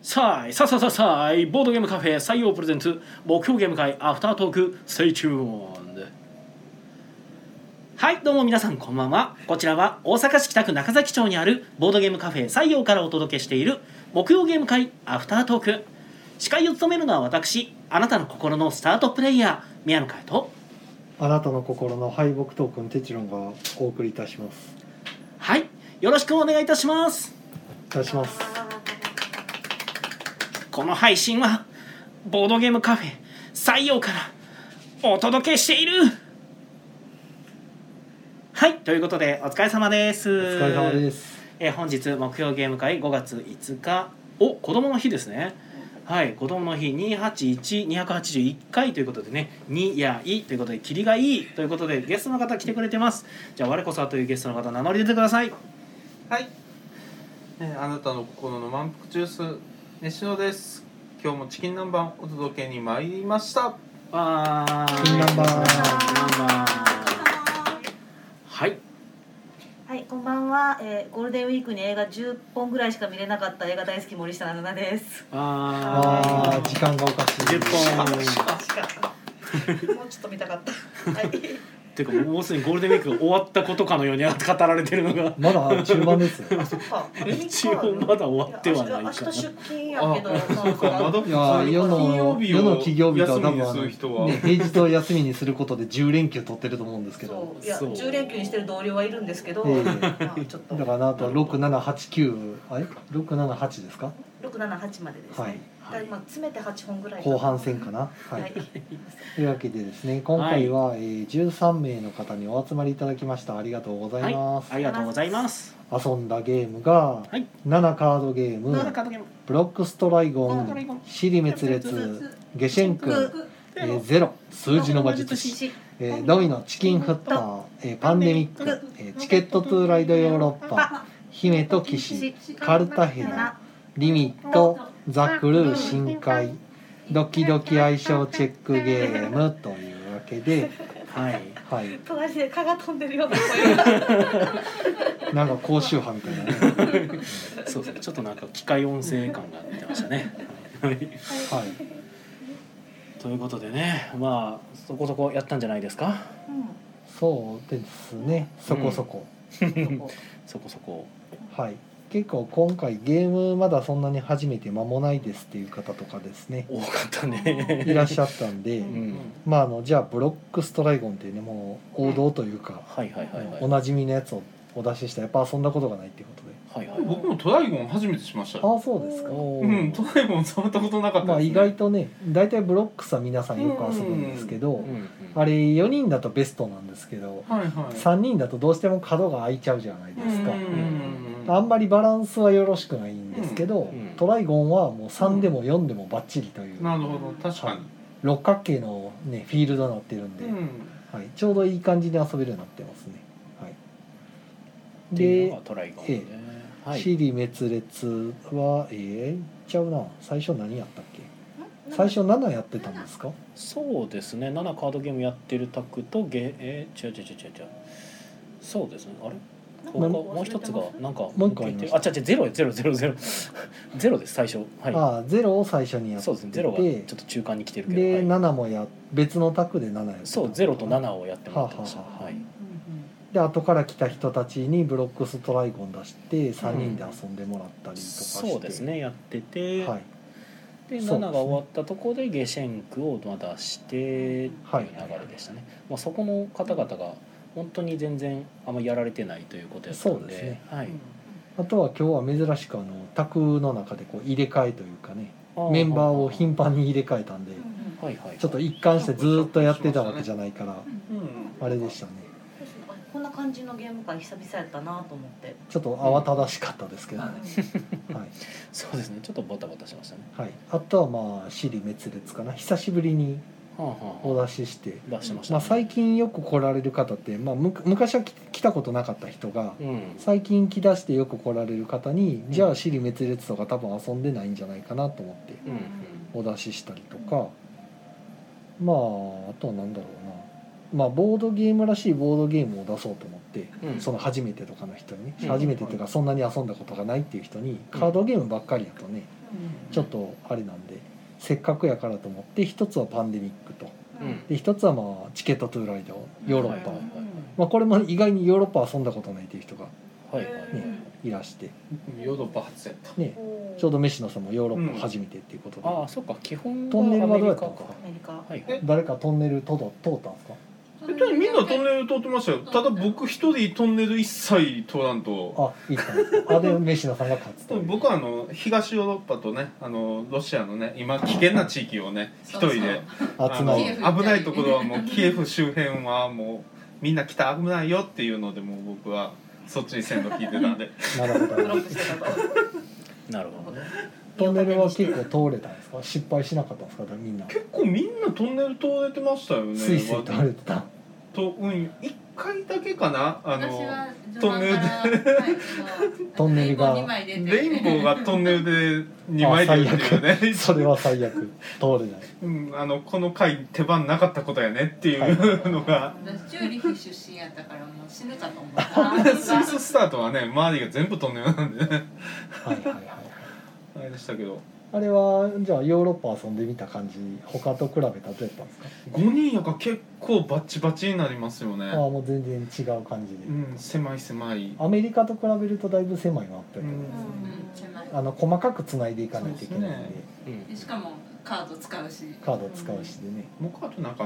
さあボードゲームカフェ採用プレゼンツ目標ゲーム会アフタートークステイチューン。はいどうも皆さんこんばんは。こちらは大阪市北区中崎町にあるボードゲームカフェ採用からお届けしている木曜ゲーム会アフタートーク。司会を務めるのは私、あなたの心のスタートプレイヤー宮野佳代と、 あなたの心の敗北トークンテチロンがお送りいたします。 はいよろしくお願いいたします。 いたします。 この配信はボードゲームカフェ採用からお届けしている。はいということでお疲れ様です。 お疲れ様です。 本日木曜ゲーム会5月5日子供の日ですね。はい子供の日281回ということでね、にやいということでキリがいいということでゲストの方来てくれてます。じゃあ我こそというゲストの方名乗り出てください。 はい、あなたの心の満腹ジュース西野です。今日もチキン南蛮お届けに参りました。 チキン南蛮はいはい、こんばんは、ゴールデンウィークに映画10本ぐらいしか見れなかった映画大好き森下奈々です。 時間がおかしい。 10本もうちょっと見たかった。はい。 ていうかもうすでにゴールデンウィークが終わったことかのように語られてるのがまだ中盤ですよ。 あ、そっか。 一応まだ終わってはないかな。 明日出勤やけど、 いや世の企業日とは多分ね、平日を休みにすることで10連休取ってると思うんですけど。 いや10連休にしてる同僚はいるんですけど、ちょっとだからあと6、7、8、9あれ6、7、8ですか。 6、7、8までですね。 はい。 今詰めて8本ぐらい。 後半戦かな。はい。 はい、 というわけでですね、今回は、13名の方にお集まりいただきました。ありがとうございます。 ありがとうございます。 遊んだゲームが、7カードゲーム、ブロックストライゴン、シリ滅裂、ゲシェンク、ゼロ、数字の魔術師、ドミノ、チキンフッター、パンデミック、チケットトゥーライドヨーロッパ、姫と騎士、カルタヘナ、リミット、ザ・クルー深海、ドキドキ相性チェックゲームというわけで、 はいはい。 隣で蚊が飛んでるような声が。 なんか高周波みたいなね。 そうですね。ちょっとなんか機械音声感が出てましたね。はい。 はい。 ということでね、まあそこそこやったんじゃないですか。 そうですね。そこそこ。 そこそこ。 はい。結構今回ゲームまだそんなに始めて間もないですっていう方とかですね、 多かったね。 いらっしゃったんで、まあじゃあブロックストライゴンっていうね、もう王道というか、おなじみのやつをお出しした。やっぱ遊んだことがないっていうことで、 僕もトライゴン初めてしました。 ああそうですか。 トライゴン触ったことなかった。 まあ意外とね、大体ブロックスは皆さんよく遊ぶんですけど、あれ4人だとベストなんですけど、3人だとどうしても角が空いちゃうじゃないですか。あんまりバランスはよろしくないんですけど、トライゴンはもう3でも4でもバッチリという、 なるほど、確かに六角形のねフィールドになってるんで、はい、ちょうどいい感じに遊べるようになってますね。はい、でトライゴンね、 シリ滅裂はちゃうな、最初何やったっけ。最初7やってたんですか。 そうですね、7カードゲームやってるタクと違うそうですね、あれもう一つがなんかもう一個ありました。 ゼロです最初。 はい。ゼロを最初にやって、 そうですね、ゼロがちょっと中間に来てるけど、 で7も別のタクで7やってた。 そうゼロと7をやってもらってました。はい。 で後から来た人たちにブロックストライゴン出して3人で遊んでもらったりとかして、 そうですねやってて、 はい、 で7が終わったところでゲシェンクを出してっていう流れでしたね。まあそこの方々が本当に全然あんまやられてないということやったので、 そうですね。 はい。 あとは今日は珍しくタクの中でこう入れ替えというかね、メンバーを頻繁に入れ替えたんで、ちょっと一貫してずっとやってたわけじゃないから、あれでしたね。 こんな感じのゲーム会久々やったなと思って、 ちょっと慌ただしかったですけどね。はい。 そうですね、ちょっとバタバタしましたね。 はい。あとはまあシリ滅裂かな、久しぶりにお出しして出してました、 まあ、最近よく来られる方って、まあ、昔は来たことなかった人が、最近来だしてよく来られる方に、じゃあシリ滅裂とか多分遊んでないんじゃないかなと思ってお出ししたりとか、まああとはなんだろうな、まあボードゲームらしいボードゲームを出そうと思って、その初めてとかの人にね、初めてというかそんなに遊んだことがないっていう人に、カードゲームばっかりやとね、 ちょっとあれなんでせっかくやからと思って一つはパンデミックとうんで一つはまあチケットトゥーライドヨーロッパ、 はいはいまあ、これも意外にヨーロッパ遊んだことないという人が、 はいはいね、いらして、 ヨーロッパ初やった。 ね、ちょうど飯野さんもヨーロッパ初めてっていうことで、 ああそっか基本トンネルはどうやったののかアメリカ。 はいはい誰かトンネル通ったんですか？ みんなトンネル通ってましたよ。ただ僕一人トンネル一切通らんと。 あ、いいかな。あ、で飯野さんが勝つという。 僕は東ヨーロッパとねロシアのね今危険な地域をね一人で集まる。 危ないところはもうキエフ周辺はもうみんな来た危ないよっていうのでもう僕はそっちに線路聞いてたんでなるほど。 ブロックしてたと。 なるほどトンネルは結構通れたんですか？失敗しなかったんですか？みんな。 結構みんなトンネル通れてましたよね。 スイスイ通れてた。 一回だけかな私はトンネルでトンネルがレインボー2枚出てレインボーがトンネルで2枚出るっていうね。 それは最悪。通れない。 この回手番なかったことやねっていうのが。 私チューリッフ出身やったからもう死ぬかと思ったスイススタートはね周りが全部トンネルなんでね。 はいはいはい。 あれでしたけど。 あれはじゃあヨーロッパ遊んでみた感じ他と比べたらどうやったんですか 5人やから結構バッチバチになりますよね。 ああもう全然違う感じで、 狭い狭い。 アメリカと比べるとだいぶ狭いマップやけど、 狭い細かくつないでいかないといけないんで、 でしかもカード使うしカード使うしでね、 僕あとなんか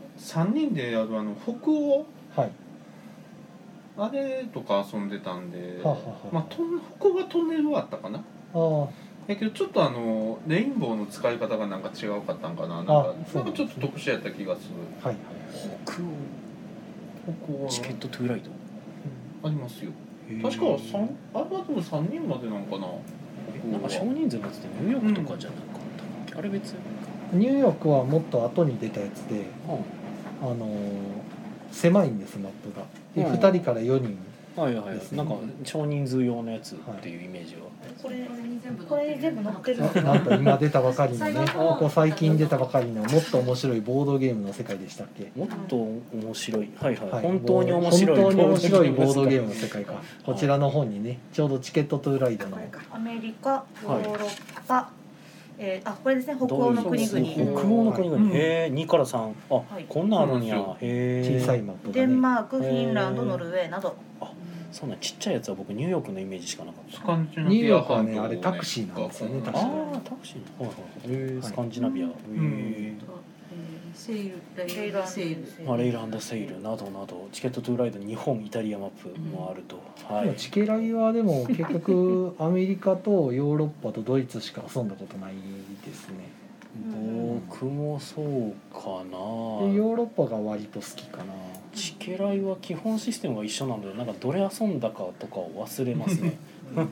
3人でやる北欧はいあれとか遊んでたんで、 はあはあはあまあ北欧はトンネルはあったかな。 あだけどちょっとレインボーの使い方がなんか違うかったんかな。なんかそうちょっと特殊やった気がする。 あはいはい北北欧欧チケットトゥーライドありますよ。確かあれはでも3人までなんかな。 なんか少人数のやつでニューヨークとかじゃなかったっけ、あれ別ニューヨークはもっと後に出たやつで狭いんですマップがで、 うん 2人から4人はいはい、 ですねなんか少人数用のやつっていうイメージは、 これに全部これ全部載ってる。 なんと今出たばかりのねここ最近出たばかりのもっと面白いボードゲームの世界でしたっけ？ もっと面白い、はいはい、 はい本当に面白い本当に面白いボードゲームのです世界かこちらの本にねちょうどチケットトゥーライドのアメリカ、ヨーロッパ、これですね、北欧の国々。 北欧の国々、 うんへえ2から3あ、 はいこんなんあるんや、 そうへえ小さいマップがねデンマーク、フィンランド、ノルウェーなど。 そんなちっちゃいやつは僕ニューヨークのイメージしかなかったスカンジナニュービア半島ヨークはねあれタクシーなんですよね確かああタクシー、はいはいはい、スカンジナビア、へえセールレイランドセールまあ、レイランドセイルなどなどチケットトゥーライド日本イタリアマップもあると、はいチケライはでも結局アメリカとヨーロッパとドイツしか遊んだことないですね僕もそうかな、 でヨーロッパが割と好きかなチケライは基本システムが一緒なのでなんかどれ遊んだかとかを忘れますね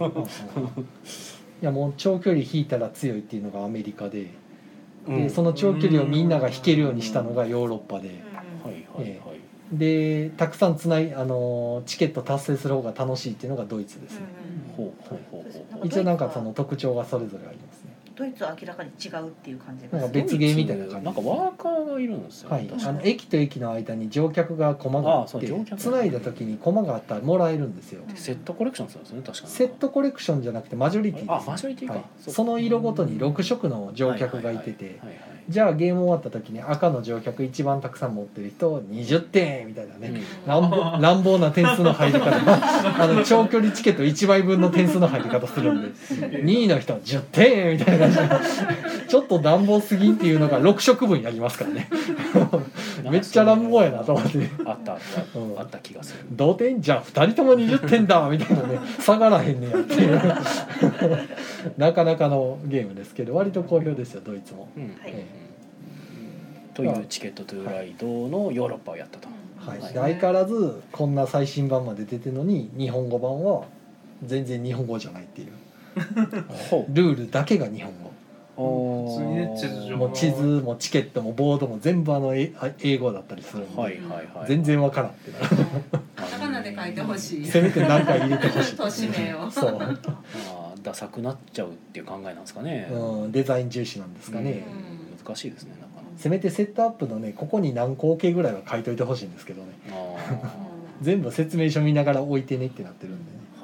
いやもう長距離引いたら強いっていうのがアメリカで、 うんでその長距離をみんなが引けるようにしたのがヨーロッパで、 はいはいはい、 でたくさんチケット達成する方が楽しいっていうのがドイツですね、 ほうほうほうほう一応なんかその特徴がそれぞれありますねドイツは明らかに違うっていう感じがなんか別ゲーみたいな感じなんかワーカーがいるんですよ、 はい、 確かに駅と駅の間に乗客が駒があってあそう乗客つないだ時に駒があったらもらえるんですよセットコレクションするんですね確かにセットコレクションじゃなくてマジョリティです、 あマジョリティか、 はいそうかその色ごとに6色の乗客がいててはいはいはいじゃあゲーム終わった時に赤の乗客一番たくさん持ってる人20点みたいなね、乱暴な点数の入り方長距離チケット1枚分の点数の入り方するんで2位の人は10点みたいな感じでちょっと乱暴すぎんっていうのが6色分やりますからねめっちゃ乱暴やなと思ってあったあった、 うんあった気がする同点じゃあ2人とも20点だみたいなね下がらへんねやっていうなかなかのゲームですけど割と好評ですよドイツも、 うんはいというチケットトゥーライドのヨーロッパをやったと、 はいはいで相変わらずこんな最新版まで出てるのに日本語版は全然日本語じゃないっていうほうルールだけが日本語普通にね地図上もう地図もチケットもボードも全部英語だったりするんで、 はいはいはい全然わからんってなるカタカナで書いてほしいせめて何か入れてほしい都市名をそう、 まあダサくなっちゃうっていう考えなんですかね、 うん、デザイン重視なんですかね、 難しいですねなかせめてセットアップのねここに何個置けぐらいは書いといてほしいんですけどねなかあ全部説明書見ながら置いてねってなってるんでね、 ーはいはいはい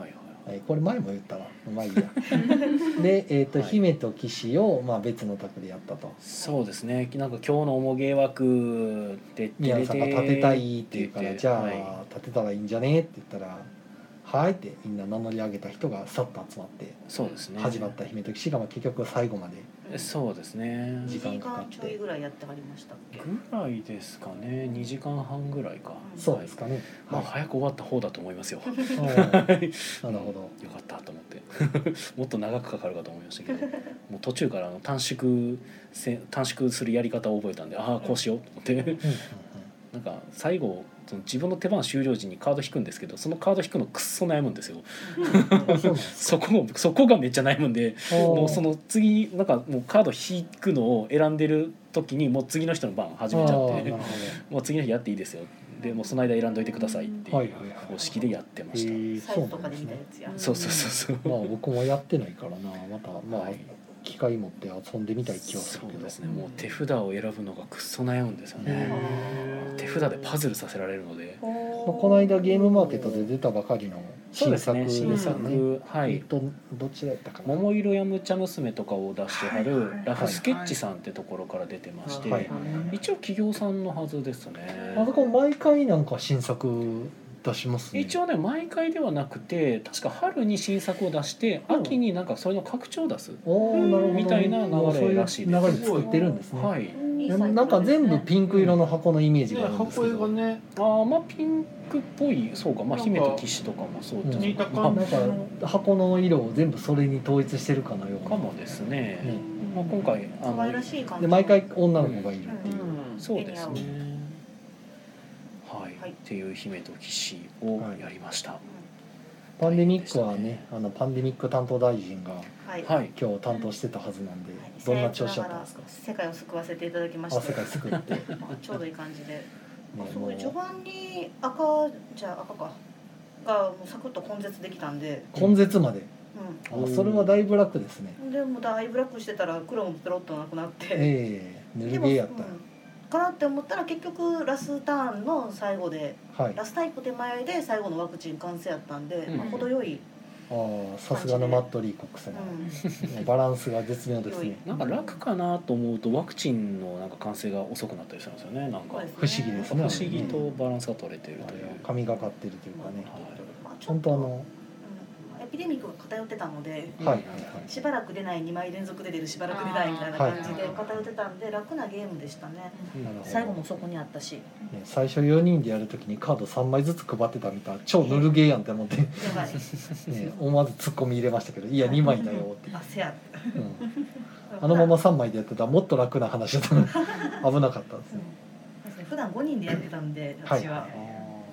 はい、これ前も言ったな、まあいいや。で、 はい姫と騎士をまあ別の卓でやったと。 そうですね。なんか今日の重芸枠で宮野さんが立てたいって言うから、じゃあ、 はい立てたらいいんじゃねって言ったら、はいってみんな名乗り上げた人がさっと集まってそうですね。 始まった姫と騎士がまあ結局最後までそうですね。 時時間間かかってちょいぐらいやってはりましたっけ。 ぐらいですかね。2時間半ぐらいか。 そうですかね。 まあはい早く終わった方だと思いますよ。 あーなるほど。 よかったと思ってもっと長くかかるかと思いましたけどもう途中から短縮するやり方を覚えたんで、ああこうしようと思ってうんうんなんか最後その自分の手番終了時にカード引くんですけど、そのカード引くのくっそ悩むんですよ。 うん、あそうなんですそこがめっちゃ悩むんで、 か。 もうその次なんかもうカード引くのを選んでる時にもう次の人の番始めちゃってあーなるほもう次の日やっていいですよ、でもうその間選んどいてくださいっていうはいはいはい方式でやってまど。 した。 サイトとかで見たやつや。 そうそうそうそう。 まあ僕もやってないからな、またまあ、 はい機会持って遊んでみたい気はするけど。 そうですね。もう手札を選ぶのがくっそ悩むんですよね。手札でパズルさせられるので。 まあこの間ゲームマーケットで出たばかりのそうですね。 新作ですよ新ね。 作、はい。 どちらやったかな。 桃色やむちゃ娘とかを出してははいるはいラフスケッチさんってところから出てまして、 はい一応企業さんのはずですね。 あそこ毎回なんか新作出しますね。 一応ね毎回ではなくて確か春に新作を出して秋になんかそれの拡張を出す、 おーなるほど。 みたいな流れらしいですもうそういう流れ作ってるんですね。 はい。 なんか全部ピンク色の箱のイメージがあるんです箱けど。 絵がねああまあピンクっぽい、そうか、まあなんか姫と騎士とかもそうです似たま感なんか箱の色を全部それに統一してるかのような。 あかもですね。 ねまあ今回可愛らしい感じ。 で毎回女の子がいるっていう。 そうですね絵に。 はい、 はいっていう姫と騎士をやりました。 パンデミックはね、パンデミック担当大臣がはい。 はい。 今日担当してたはずなんで、どんな調子だったんですか。 世界を救わせていただきましあ、 た。 世界救って、ね、 まあちょうどいい感じで。すもうごい序盤に赤かがもうサクッと根絶できたんで、 根絶まで。 うあ、それはだいぶ楽ですね。 ん。でもだいぶ楽してたら黒もペロッとなくなって。 ええぬるゲーやったら。 かなって思ったら結局ラスターンの最後ではい。 ラスタイプ手前で最後のワクチン完成やったんで、 うんまあ程よい、 ああ、さすがのマットリーコック様。バランスが絶妙ですね。 なんか楽かなと思うとワクチンのなんか完成が遅くなったりするんですよね。なんか不思議ですね不思議とバランスが取れているという。 神がかってるというかね。 まあ、ちょ本っと当エピデミックが偏ってたので、 はいはいはい。 しばらく出ない2枚連続で出るしばらく出ないみたいな感じで偏ってたんで楽なゲームでしたね。 うんなるほど最後もそこにあったし、 ね最初4人でやるときにカード3枚ずつ配ってたみたいな超ぬるゲーやんって思って、ね、 やばい思わずツッコミ入れましたけど、いや2枚だよって、 あせやうん、あのまま3枚でやってたらもっと楽な話だったのに危なかったですね。 普段5人でやってたんではい私は、なんかね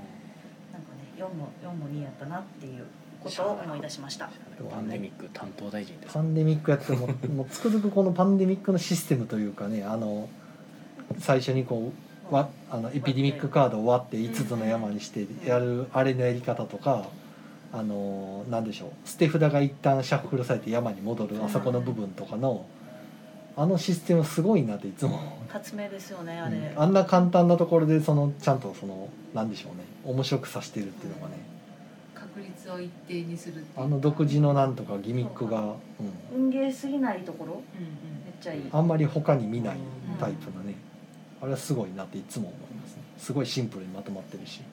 4も2やったなっていうことを思い出しました。 パンデミック担当大臣ですパ。ンデミックやってももうつくづくこのパンデミックのシステムというかね、最初にこうエピデミックカードを割って5つの山にしてやるあれのやり方とか、なんでしょう、捨て札が一旦シャッフルされて山に戻るあそこの部分とかのシステムすごいなっていつも、 発明ですよねあれ、 あんな簡単なところでちゃんとなんでしょうね、面白くさせてるっていうのがね、 確率を一定にするっていう独自のなんとかギミックが、 運ゲーすぎないところうんめっちゃいい。 あんまり他に見ないタイプのね、あれはすごいなっていつも思いますね。すごいシンプルにまとまってるし、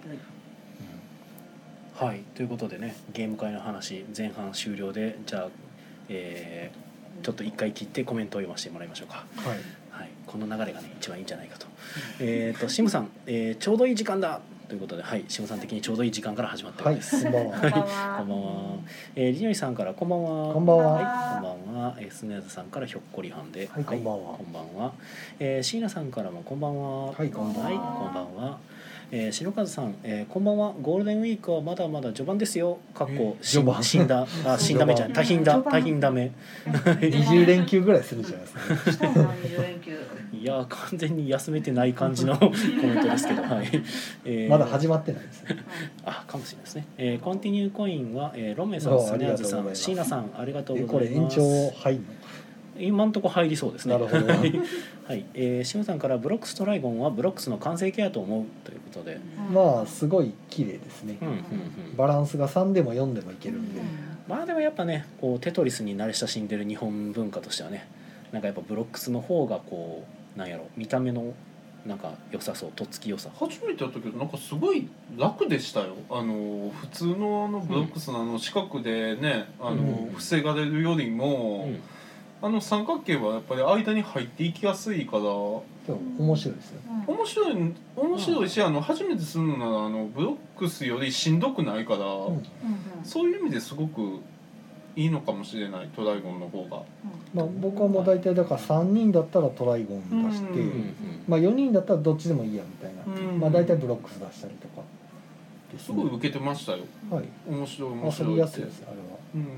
はい、ということでねゲーム会の話前半終了で、じゃあ、ちょっと一回切ってコメントを読ませてもらいましょうか。 はい、 はい、この流れがね一番いいんじゃないかと。シムさん、ちょうどいい時間だということで、はい、シムさん的にちょうどいい時間から始まってるはい、 んです。 こんばんは。 こんばんは。りのりさんからこんばんは。 こんばんははい、こんばんは。スネーズさんからひょっこりはんで。 はいこんばんはこんばんは。椎名さんからもこんばんは。 はいこんばんははい、こんばんは。篠和さん、こんばんは。ゴールデンウィークはまだまだ序盤ですよ。かっこ序盤死んだ目じゃない。多品だ序盤多品だめ。 20連休ぐらいするじゃないですか、ね。 したもんな20連休。 いや完全に休めてない感じのコメントですけど、はい。 まだ始まってないですね。 あ、かもしれないですね。コンティニューコインは、ロメさん、 おスネアズさん、 ありがとうございますシーナさん、ありがとうごこれ延ざいます。 長入る今のところ入りそうですね。 なるほどはい、シムさんからブロックストライゴンはブロックスの完成形やと思うということで。 の。まあすごい綺麗ですね。 うんうんうん。 バランスが3でも4でもいけるんで、 まあでもやっぱねこうテトリスに慣れ親しんでる日本文化としてはねなんかやっぱブロックスの方がこうなんやろ見た目のなんか良さそうとっつき良さ初めてやったけどなんかすごい楽でしたよ。普通のブロックスの四角でね防がれるよりも、三角形はやっぱり間に入っていきやすいから面白いですよ。 面白いし初めてするのならブロックスよりしんどくないから、そういう意味ですごくいいのかもしれないトライゴンの方が。 まあ、僕はもう大体だから3人だったらトライゴン出して、まあ、4人だったらどっちでもいいやみたいな、まあ、大体ブロックス出したりとかですすごい受けてましたよ。 はい、 面白い遊びやすいですあれは。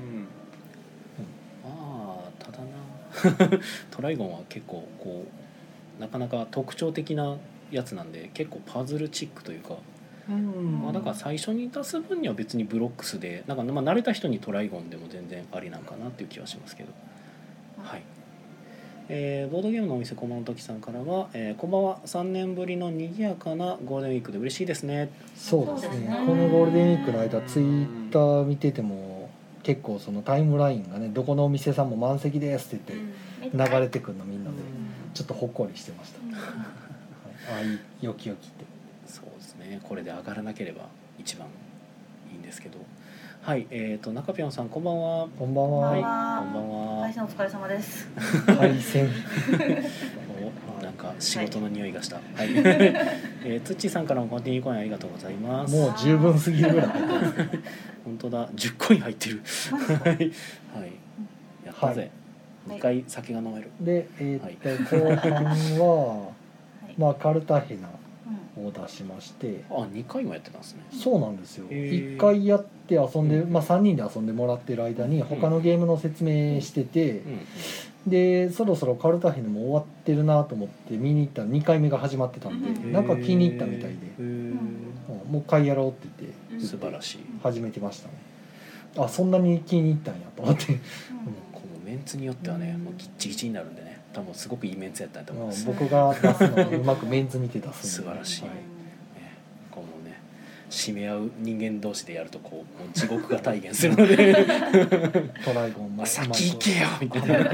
ああただなトライゴンは結構こうなかなか特徴的なやつなんで結構パズルチックというか、まあ、だから最初に出す分には別にブロックスでなんか、まあ、慣れた人にトライゴンでも全然ありなんかなっていう気はしますけど、はい。ボードゲームのお店こまのときさんからは、こんばんは3年ぶりの賑やかなゴールデンウィークで嬉しいですね。 そうですね。このゴールデンウィークの間ツイッター見てても結構そのタイムラインがねどこのお店さんも満席ですって言って流れてくるのみんなでちょっとほっこりしてました、ああいうよきよきってそうですねこれで上がらなければ一番いいんですけどはい、中ぴょんさんこんばんは。 こんばんは。 はい、こんばんは。 配線お疲れ様です。 配線。 お、なんか仕事の匂いがした。はい。つっちーさんからもコンティニューコインありがとうございます。 もう十分すぎるぐらい入ってます。 本当だ、10コイン入ってる。はい。はい。やったぜ。2回酒が飲める。 で、後半はまあカルタヘナを出しまして、 あ、2回もやってたんですね。 そうなんですよ。1回やって遊んで、まあ3人で遊んでもらってる間に他のゲームの説明してて、でそろそろカルタヘナも終わってるなと思って見に行ったら2回目が始まってたんで、なんか気に入ったみたいで、もう一回やろうって言って素晴らしい始めてましたね。あ、そんなに気に入ったんやと思って、このメンツによってはね、もうギッチギチになるんでね、多分すごくいいメンツやったと思います。 僕が出すのうまくメンツ見て出す素晴らしい、このね締め合う人間同士でやるとこうもう地獄が体現するのでトライゴンも先行けよみたいなまあ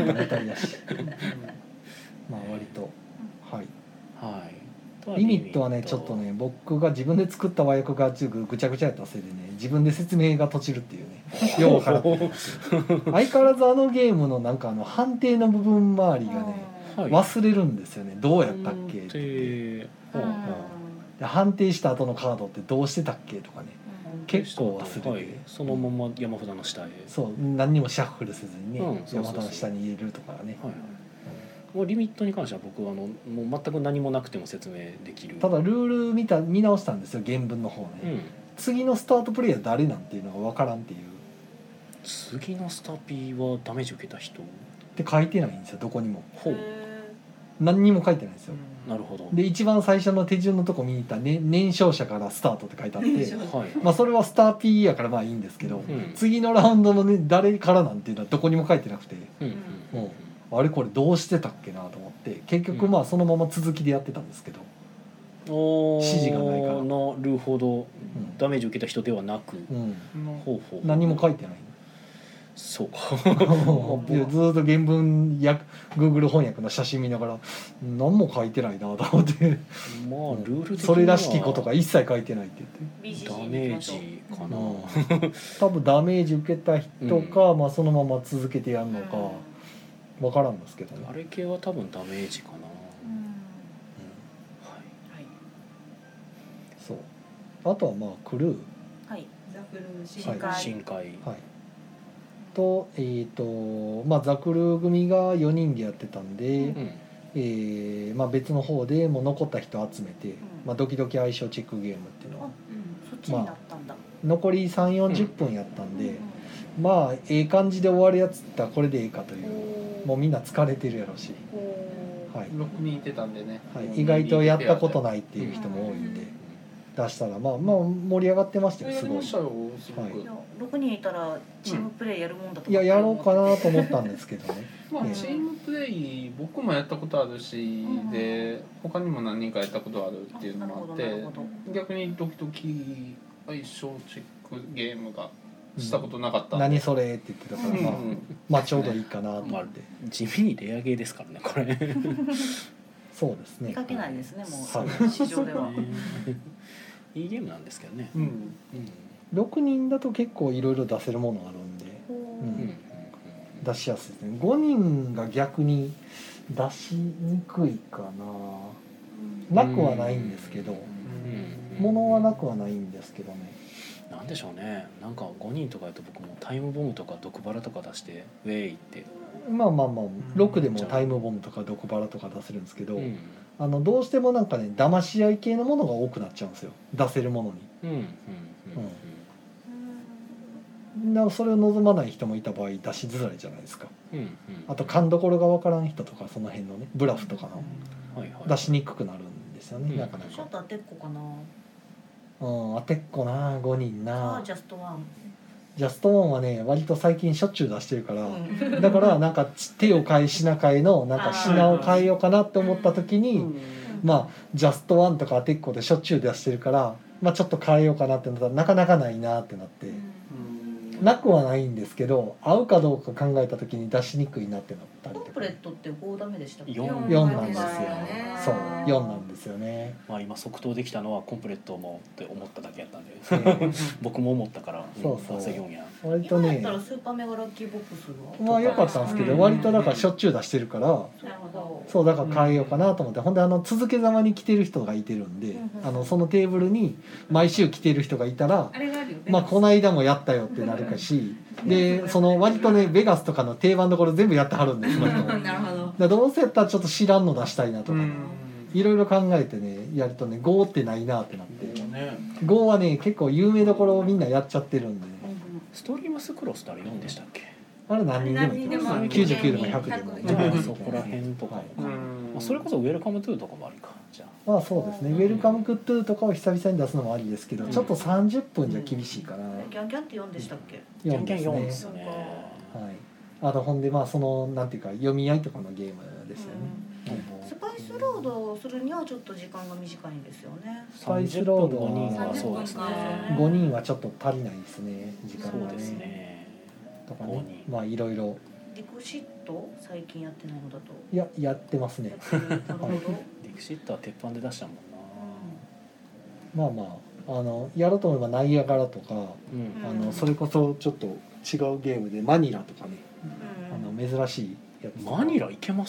割とはいリミットはねちょっとね僕が自分で作った和訳がぐちゃぐちゃやったせいでね自分で説明が閉じるっていうねよう分からん相変わらずあのゲームのなんか判定の部分周りがね忘れるんですよね。どうやったっけって判定した後のカードってどうしてたっけとかね結構忘れて、 そのまま山札の下へそう何にもシャッフルせずにね山札の下に入れるとかね。 もうリミットに関しては僕はもう全く何もなくても説明できる。 ただルール見直したんですよ原文の方ね、次のスタートプレイヤー誰なんていうのが分からんっていう。 次のスタピーはダメージ受けた人って書いてないんですよどこにも。 ほう何にも書いてないんですよ。 なるほど。 で一番最初の手順のとこ見に行ったら、ね、年少者からスタートって書いてあって、まあそれはスター P やからまあいいんですけど、次のラウンドの、ね、誰からなんていうのはどこにも書いてなくて、もうあれこれどうしてたっけなと思って結局まあそのまま続きでやってたんですけど、指示がないから。 なるほど、ダメージ受けた人ではなく、 ほう何も書いてない。 そうかずっと原文Google 翻訳の写真見ながら何も書いてないなと思ってまあルール的にはそれらしきことが一切書いてないって言ってダメージかな、 多分ダメージ受けた人か、まあ、そのまま続けてやるのか分からんですけどね。 あれ系は多分ダメージかな、 そうあとはまあクルー、 深海とまあ、ザクル組が4人でやってたんで、まあ、別の方でもう残った人集めて、まあ、ドキドキ相性チェックゲームっていうのは、まあ、残り 3,40 分やったんで、まあええ感じで終わるやつってこれでええかという、もうみんな疲れてるやろし、 6人いてたんでね、 意外とやったことないっていう人も多いんで出したらまあ盛り上がってましたよすごい。 6人いたらチームプレイやるもんだと、 いややろうかなと思ったんですけどねまあチームプレイ僕もやったことあるし、で他にも何人かやったことあるっていうのもあって、逆にドキドキ相性チェックゲームがしたことなかったんで、 何それって言ってたから、まあちょうどいいかなと思って、 地味にレアゲーですからねこれそうですね。 見かけないですねもはう市場では。 いいゲームなんですけどね。 6人だと結構いろいろ出せるものあるんで、出しやすいですね。5人が逆に出しにくいかな。なくはないんですけど、ものはなくはないんですけどね。 なんでしょうね。なんか5人とかやと僕もタイムボムとか毒バラとか出してウェイってまあ6でもタイムボムとか毒バラとか出せるんですけど、どうしてもなんかね騙し合い系のものが多くなっちゃうんですよ、出せるものに。だからそれを望まない人もいた場合出しづらいじゃないですか。あと勘どころが分からん人とかその辺のねブラフとかの出しにくくなるんですよね、なかなか。 ちょっと当てっこかな。 当てっこな5人な。 ジャストワン。 ジャストワンはね割と最近しょっちゅう出してるから、だからなんか手を変え品変えのなんか品を変えようかなって思った時に、まあジャストワンとか当てっこでしょっちゅう出してるから、まあちょっと変えようかなってなったらなかなかないなってなって、なくはないんですけど合うかどうか考えた時に出しにくいなってなったりとか。 コンプレットって5ダメでしたっけ ？4なんですよ。そう4なんですよね。 まあ今即答できたのはコンプレットもって思っただけやったんで僕も思ったから。 そう 4や割とね。 今やったらスーパーメガラッキーボックスはまあ良かったんですけど、割とだからしょっちゅう出してるから、そうだから変えようかなと思って、ほんで続けざまに来てる人がいてるんで、そのテーブルに毎週来てる人がいたら、まあこの間もやったよってなるかし、でその割とねベガスとかの定番どころ全部やってはるんですよ。 なるほど。 どうせやったらちょっと知らんの出したいなとか、いろいろ考えてねやるとね5ってないなってなって、5はね結構有名どころをみんなやっちゃってるんでね。 ストリームスクロスってあれ4でしたっけ？ あれ何人でもいけます。99でも100でも。 そこら辺とかもそれこそウェルカムトゥーとかもあるか。じゃあまあそうですね。ウェルカムトゥーとかを久々に出すのもありですけど、ちょっと30分じゃ厳しいかな。 ギャンギャンって4でしたっけ ？4 ですね。 はい。ほんでまあそのなんていうか読み合いとかのゲームですよね。 スパイスロードをするにはちょっと時間が短いんですよね。 スパイスロード 5人ははそうですね。 5人はちょっと足りないですね。時間がそうですね。 ね。 とかね。まあいろいろ。 リクシット最近やってないのだと。 いややってますね。 なるほど。 リクシットは鉄板で出したもんな。まあやろうと思えばナイアガラとか、それこそちょっと違うゲームでマニラとかね、珍しいやつ。 マニラいけます？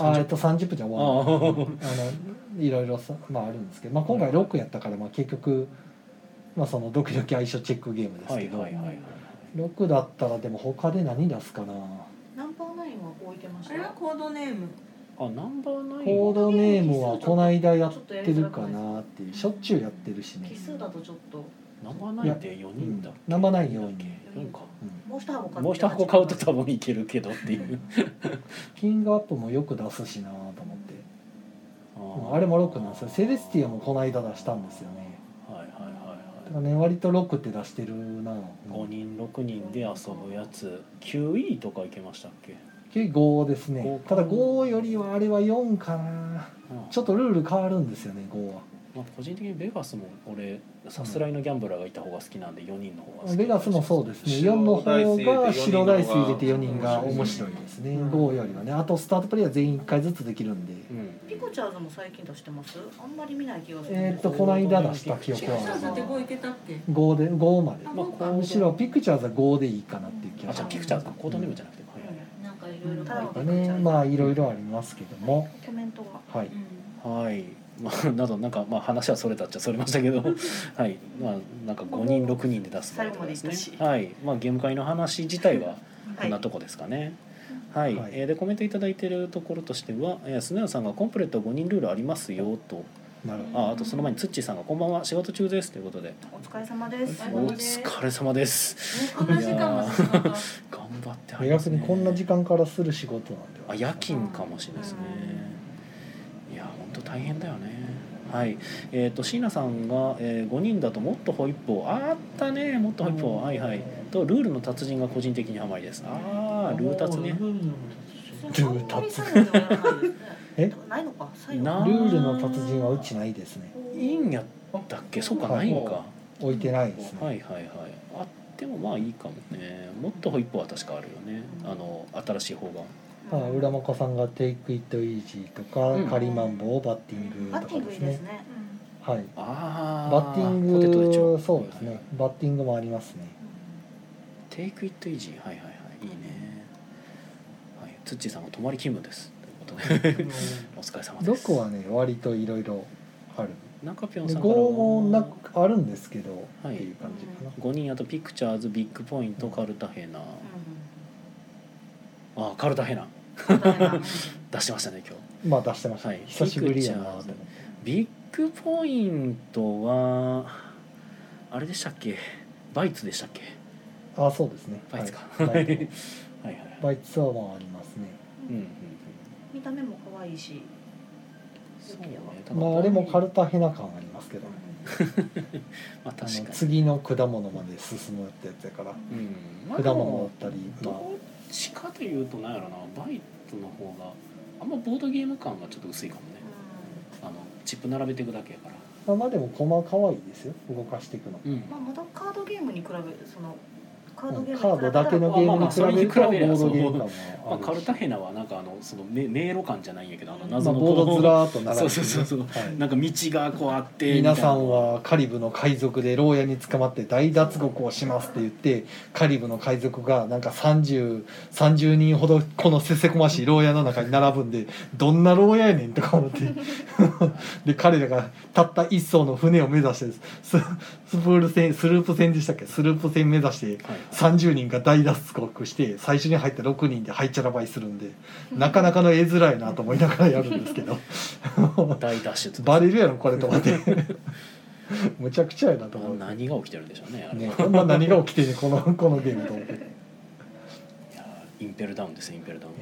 30分じゃ終わる。いろいろまああるんですけど、まあ今回6やったからまあ結局まあそのドキドキ相性チェックゲームですけど、6だったらでも他で何出すかな。 ナンバー9は置いてました。 あれはコードネーム。 ナンバー9。 コードネームはこの間やってるかなっていう、しょっちゅうやってるしね。 奇数だとちょっと。 ナンバー9って4人だっけ？ ナンバー9 4 人か。 もう一箱買って。 もう一箱買うと多分いけるけどっていう。 キングアップもよく出すしなと思って。あれも6なんですよ。セレスティアもこの間出したんですよね。だからね割と6って出してるな。 5人6人で遊ぶやつ。QE とかいけましたっけ ？5ですね。ただ5よりはあれは4かな。ちょっとルール変わるんですよね5は。 まあ個人的にベガスも俺さすらいのギャンブラーがいた方が好きなんで4人の方が好き。 ベガスもそうですね。4の方が白ダイス入れて4人が面白いですね。5よりはね。あとスタートプレイヤー全員1回ずつできるんで。 ピコチャーズも最近出してます？あんまり見ない気がする。 この間出した記憶は。 ピクチャーズって5いけたっけ ？5で5まで。むしろピクチャーズは5でいいかなっていう気がします。 ピクチャーズかコードネームじゃなくて。 なんかいろいろ書いてね。まあいろいろありますけども。 コメントが。 はい。 はい。まあなどなんかまあ話はそれたっちゃそれましたけど、はい。まあなんか5人6人で出すのとですね。はい。まあゲーム会の話自体はこんなとこですかね。はい。でコメントいただいているところとしては、スネアさんがコンプレット5人ルールありますよと。あとその前にツッチーさんがこんばんは仕事中ですということで。 お疲れ様です。 お疲れ様です。 こんな時間も仕事。 頑張ってはりますね。 逆にこんな時間からする仕事なんでは。 夜勤かもしれないですね。いや本当大変だよね。はい。椎名さんが、5人だともっとホイップをあったねもっとホイップをはいはいとルールの達人が個人的にハマりです。ああルータツね。 ルータツ。 ないのか。 ルールの達人はうちないですね。 いいんやったっけ？そうかないんか。 置いてないですね。 はいはいはい。あっでもまあいいかもね。もっとホイップは確かあるよね。新しい方が。 浦真子さんがテイクイットイージーとか、カリマンボバッティングとかですね。はい。バッティング、そうですね。バッティングもありますね。 テイクイットイージー、はいはいはい、いいね。はい、ツッチーさんが泊まり勤務です。ということで、お疲れ様です。 どこはね、割といろいろある。 中ピョンさんから拷問なくあるんですけど、 はい、 っていう感じかな。 5人あとピクチャーズ、ビッグポイント、カルタヘナ。あ、カルタヘナ。出してましたね今日。まあ出してました、ね。はい、久しぶりやなと思って。 ビッグポイントはあれでしたっけ？バイツでしたっけ？ あ、そうですね。 バイツか。 はいはいはい。バイツはまあありますね。 見た目も可愛いし。 そうね。まああれもカルタヘナ感ありますけど。 まあ確かに。 次の果物まで進むってやつやから。果物だったり。 どっちかというとなんやろな、バイツの方があんまボードゲーム感がちょっと薄いかもね。チップ並べていくだけやから。 まあでもコマ可愛いですよ。動かしていくの。 まあまだカードゲームに比べそのカードだけのゲームに比べるとボードゲーム感もまあカルタヘナはなんかその迷路感じゃないんやけど謎のボードずらーっと並んでそうなんか道がこうあって皆さんはカリブの海賊で牢屋に捕まって大脱獄をしますって言ってカリブの海賊がなんか30人ほどこのせせこましい牢屋の中に並ぶんでどんな牢屋やねんとか思ってで彼らがたった一艘の船を目指してスループ船でしたっけスループ船目指して30人が大脱獄して最初に入った6人ではいちゃらばいするんでなかなかの絵面やなと思いながらやるんですけど大脱出バレるやろこれと思ってむちゃくちゃやなと思って。 何が起きてるんでしょうねあれねほんま何が起きてるこのゲームと思って。いやインペルダウンですインペルダウン、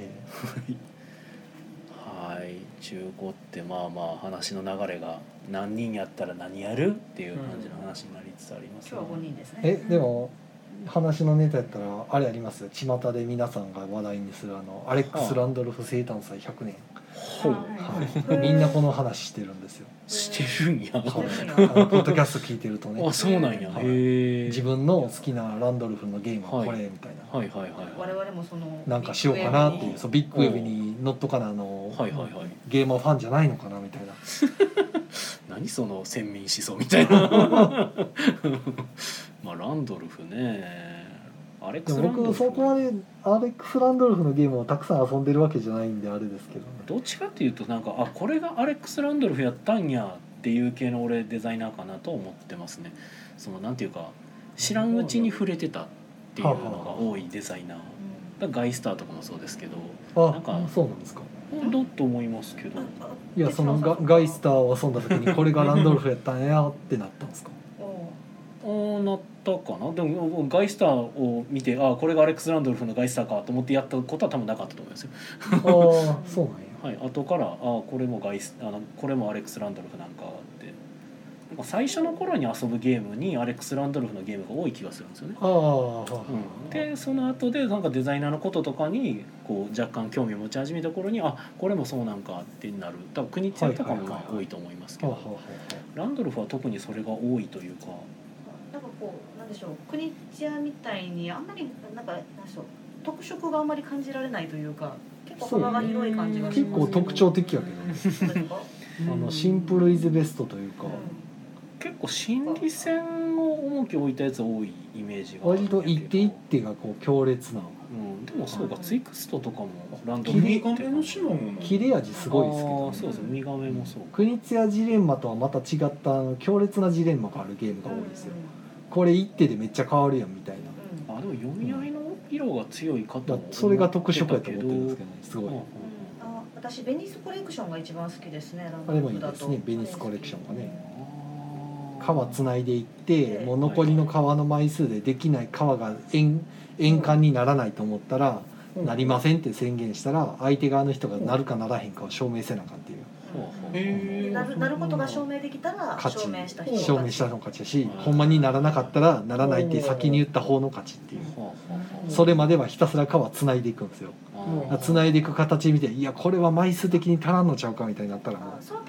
はい中古ってまあまあ話の流れが何人やったら何やるっていう感じの話になりつつあります、 今日は5人ですね。 でも話のネタやったらあれありますよ巷で皆さんが話題にするアレックス・ランドルフ生誕祭100年、みんなこの話してるんですよ。 してるんや。 ポッドキャスト聞いてるとね。 あ、そうなんや。 自分の好きなランドルフのゲームはこれみたいな。 我々もそのなんかしようかなっていう、そうビッグウェブに乗っとかなゲームファンじゃないのかなみたいな。 何その先民思想みたいな。まあランドルフね。 僕そこまでアレックス・ランドルフのゲームをたくさん遊んでるわけじゃないんであれですけどね。 どっちかっていうとなんかこれがアレックス・ランドルフやったんやっていう系の俺デザイナーかなと思ってますね。そのなんていうか知らんうちに触れてたっていうのが多いデザイナー。だガイスターとかもそうですけど。なんかそうなんですか。 だと思いますけど。 いやそのガイスターを遊んだ時にこれがランドルフやったんやってなったんですか。 なったかな。でもガイスターを見てこれがアレックス・ランドルフのガイスターかと思ってやったことは多分なかったと思いますよ。 そうなんや。はい、後からこれもこれもアレックス・ランドルフなんかってなんか最初の頃に遊ぶゲームにアレックス・ランドルフのゲームが多い気がするんですよね。でその後でなんかデザイナーのこととかにこう若干興味を持ち始めた頃にこれもそうなんかってなる。多分国津屋とかも多いと思いますけど、ランドルフは特にそれが多いというか。 なんかこうなんでしょう国津屋みたいにあんまりなんかなんでしょう特色があんまり感じられないというか結構幅が広い感じがします、 結構特徴的やけどね。シンプルイズベストというか、 結構心理戦を重きを置いたやつ多いイメージが割と一手一手がこう強烈な、 でもそうかツイクストとかもランドルフ切れ味すごいですけど、 そうですウミガメもそう。 国津屋ジレンマとはまた違った強烈なジレンマがあるゲームが多いですよ。これ一手でめっちゃ変わるやんみたいな。 でも読み合いの色が強いかとそれが特色やと思ってるんですけどね、すごい。 私ベニスコレクションが一番好きですね。 あれもいいですね、ベニスコレクションがね。川つないでいってもう残りの川の枚数でできない川が円環にならないと思ったらなりませんって宣言したら相手側の人がなるかならへんかを証明せなあかんっていう。 なることが証明できたら証明した人の勝ちだし、ほんまにならなかったらならないって先に言った方の勝ちっていう。それまではひたすら川つないでいくんですよ。つないでいく形見ていやこれは枚数的に足らんのちゃうかみたいになったらもうその手前に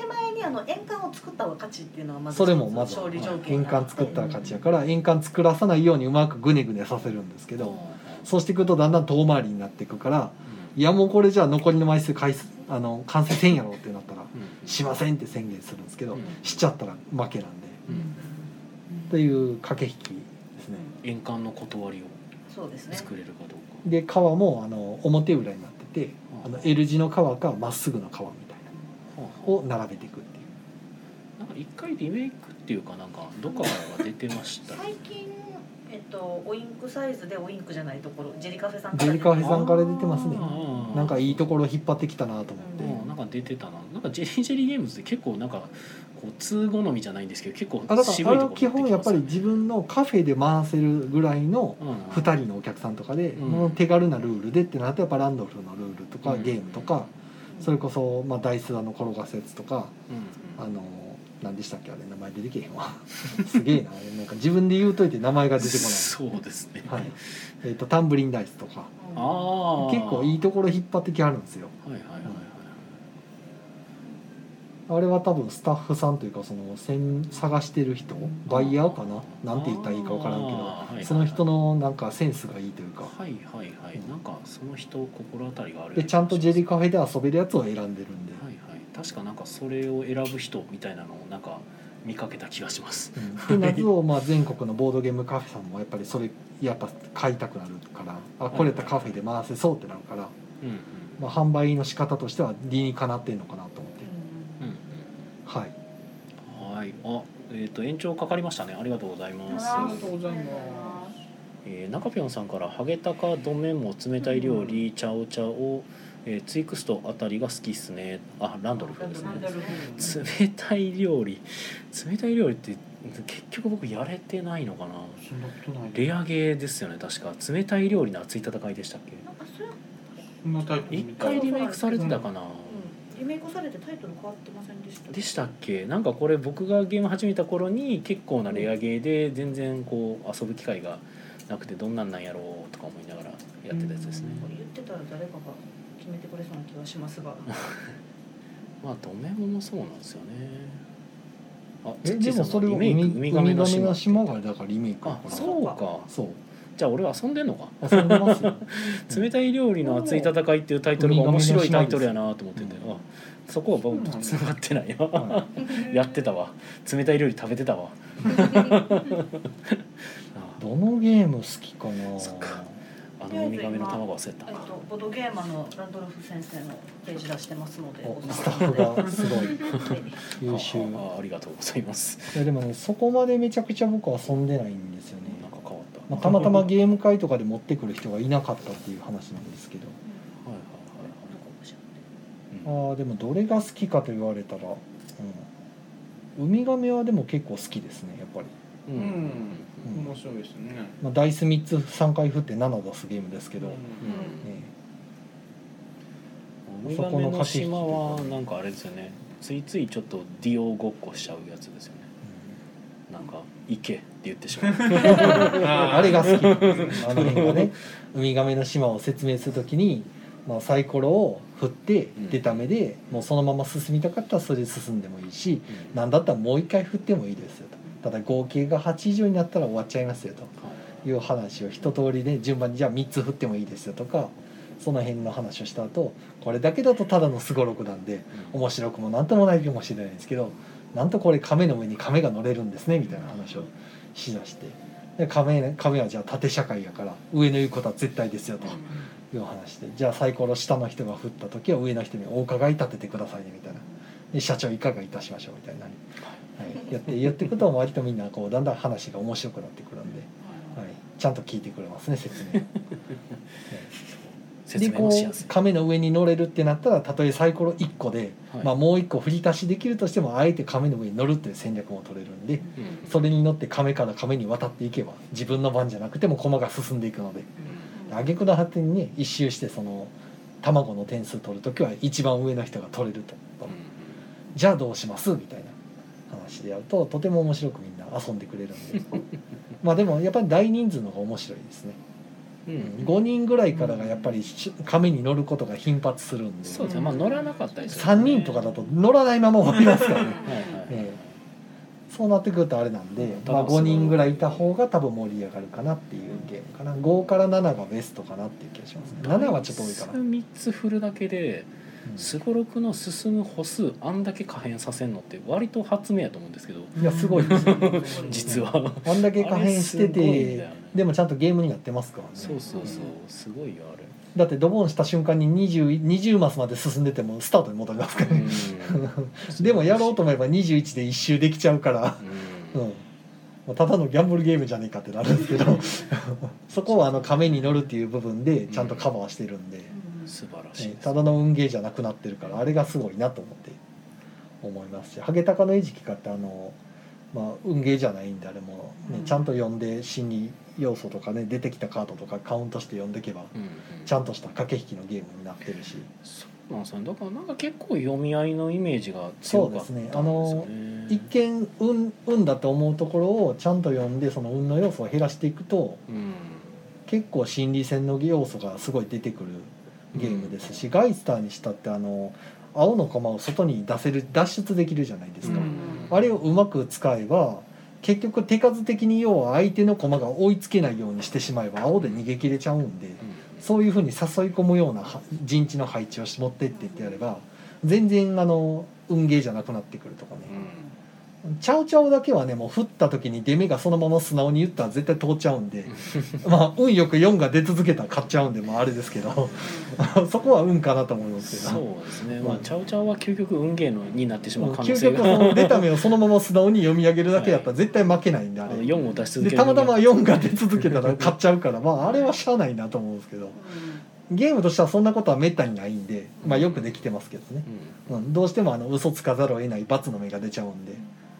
円環を作った方が勝ちっていうのはまずそれもまず勝利条件円環作ったら勝ちやから円環作らさないようにうまくグネグネさせるんですけど、そうしていくとだんだん遠回りになっていくから、いやもうこれじゃあ残りの枚数完成せんやろってなったらしませんって宣言するんですけど、しちゃったら負けなんで、という駆け引きですね。 円環の断りをそうですね作れるかどうかで川も表裏になってて、L 字の川かまっすぐの川みたいなを並べていくっていう。 なんか一回リメイクっていうかなんかどっかが出てました最近オインクサイズでオインクじゃないところジェリカフェさんからジェリカフェさんから出てますね。なんかいいところ引っ張ってきたなと思って、 なんか出てたな。なんかジェリーゲームズって結構なんかこう通好みじゃないんですけど結構だから渋いところ基本やっぱり自分のカフェで回せるぐらいの2人のお客さんとかで、もう手軽なルールでってなるとやっぱランドルフのルールとかゲームとか、それこそダイス転がすやつとか、何でしたっけあれ名前出てけへんわすげえな、なんか自分で言うといて名前が出てこないそうですね、 はい、タンブリンダイスとか結構いいところ引っ張ってきはるんですよ。 はいはいはいはい、 あれは多分スタッフさんというかその探してる人バイヤーかな、なんて言ったらいいか分からんけど、その人のなんかセンスがいいというか、 はいはいはい、なんかその人心当たりがあるでちゃんとジェリカフェで遊べるやつを選んでるんで、 はいはい、確かなんかそれを選ぶ人みたいなのをなんか見かけた気がします、 で夏を全国のボードゲームカフェさんもやっぱりそれやっぱ買いたくなるから、これやったらカフェで回せそうってなるから、販売の仕方としては理にかなってんのかなと思って、はい、 はい、延長かかりましたね。ありがとうございます。 ありがとうございます。 中ぴょんさんからハゲタカドメモ冷たい料理、チャオチャオ、ツイクストあたりが好きっすね。ランドルフですね。冷たい料理って結局僕やれてないのかな。 そんなことない。 レアゲーですよね確か。冷たい料理の熱い戦いでしたっけ。 そんなタイプ一回リメイクされてたかな。 リメイクされてタイトル変わってませんでしたでしたっけ。なんかこれ僕がゲーム始めた頃に結構なレアゲーで全然こう遊ぶ機会がなくてどんなんやろうとか思いながらやってたやつですね。 言ってたら誰かが決めてくれそうな気はしますがドメモもそうなんですよね。 でもそれをウミガメの島がだからリメイク。 そうか。 そうじゃあ俺は遊んでんのか。 遊んでますよ冷たい料理の熱い戦いっていうタイトルが面白いタイトルやなと思ってて、そこは僕とつながってないなやってたわ。冷たい料理食べてたわどのゲーム好きかな。 そっか、ウミガメの卵忘れた。 ボドゲーマーのランドルフ先生のページ出してますので、 スタッフがすごい優秀。 ありがとうございます。 いやでもね、そこまでめちゃくちゃ僕は遊んでないんですよね。 なんか変わった。 たまたまゲーム会とかで持ってくる人がいなかったっていう話なんですけど、でもどれが好きかと言われたら、ウミガメはでも結構好きですねやっぱり。 面白いですね。 ダイス3つ3回振って7出すゲームですけど、 ウミガメの島はなんかあれですよね、ついついちょっとディオごっこしちゃうやつですよね。なんか行けって言ってしまうあれが好きあの辺がね、ウミガメの島を説明するときに、サイコロを振って出た目で、もうそのまま進みたかったらそれで進んでもいいし、なんだったらもう一回振ってもいいですよと。ただ合計が8以上になったら終わっちゃいますよという話を一通りね、順番にじゃあ3つ振ってもいいですよとか、その辺の話をした後、これだけだとただのすごろくなんで面白くもなんともないかもしれないですけど、なんとこれ亀の上に亀が乗れるんですねみたいな話をしだして、で亀はじゃあ縦社会やから上の言うことは絶対ですよという話で、じゃあサイコロ下の人が振った時は上の人にお伺い立ててくださいねみたいな、で社長いかがいたしましょうみたいな、やっていくと割とみんなこうだんだん話が面白くなってくるんで、ちゃんと聞いてくれますね説明でこう亀の上に乗れるってなったら、たとえサイコロ1個で、もう1個振り足しできるとしてもあえて亀の上に乗るっていう戦略も取れるんで、それに乗って亀から亀に渡っていけば自分の番じゃなくても駒が進んでいくので、挙句の果てにね一周してその卵の点数取るときは一番上の人が取れると、じゃあどうしますみたいな話でやるととても面白くみんな遊んでくれるんででもやっぱり大人数の方が面白いですね。 5人ぐらいからがやっぱり亀に乗ることが頻発するんで、 そうですね、まあ乗らなかったりする、 3人とかだと乗らないまま終わりますからねはいはい、 そうなってくるとあれなんで、まあ、5人ぐらいいた方が多分盛り上がるかなっていうゲームかな。5から7がベストかなっていう気がしますね。7はちょっと多いかな。 3つ振るだけですごろくの進む歩数あんだけ可変させんのって割と発明やと思うんですけど、 いやすごいですよ実はあんだけ可変してて、でもちゃんとゲームになってますからね。 そうそうそう、すごいよあれ。 だってドボンした瞬間に20マスまで進んでてもスタートに戻りますからねでもやろうと思えば21で一周できちゃうから、ただのギャンブルゲームじゃねえかってなるんですけどそこは亀に乗るっていう部分でちゃんとカバーしてるんで、 素晴らしいです、 ただの運ゲーじゃなくなってるから、あれがすごいなと思いますし、ハゲタカの餌食かって運ゲーじゃないんであれも、ね、ちゃんと読んで心理要素とかね、出てきたカードとかカウントして読んでいけば、ちゃんとした駆け引きのゲームになってるし、 そうなんですよ。だからなんか結構読み合いのイメージが強かったんですよね。 一見運だと思うところをちゃんと読んで、その運の要素を減らしていくと、結構心理戦の要素がすごい出てくるゲームですし、ガイスターにしたって青の駒を外に脱出できるじゃないですか、あれをうまく使えば結局手数的に要は相手の駒が追いつけないようにしてしまえば青で逃げ切れちゃうんで、そういうふうに誘い込むような陣地の配置を持ってってやれば全然運ゲーじゃなくなってくるとかね、チャウチャウだけはね、もう振った時に出目がそのまま素直に言ったら絶対通っちゃうんでまあ運よく4が出続けたら勝っちゃうんで、まああれですけどそこは運かなと思いますけど、 そうですね、まあチャウチャウは究極運ゲーのになってしまう可能性が、 究極その出た目をそのまま素直に読み上げるだけやったら絶対負けないんで、あれ 4を出し続けるでたまたま4が出続けたら勝っちゃうから、まああれはしゃあないなと思うんですけど、ゲームとしてはそんなことはめったにないんで、まあよくできてますけどね、どうしても嘘つかざるを得ない罰の目が出ちゃうんで、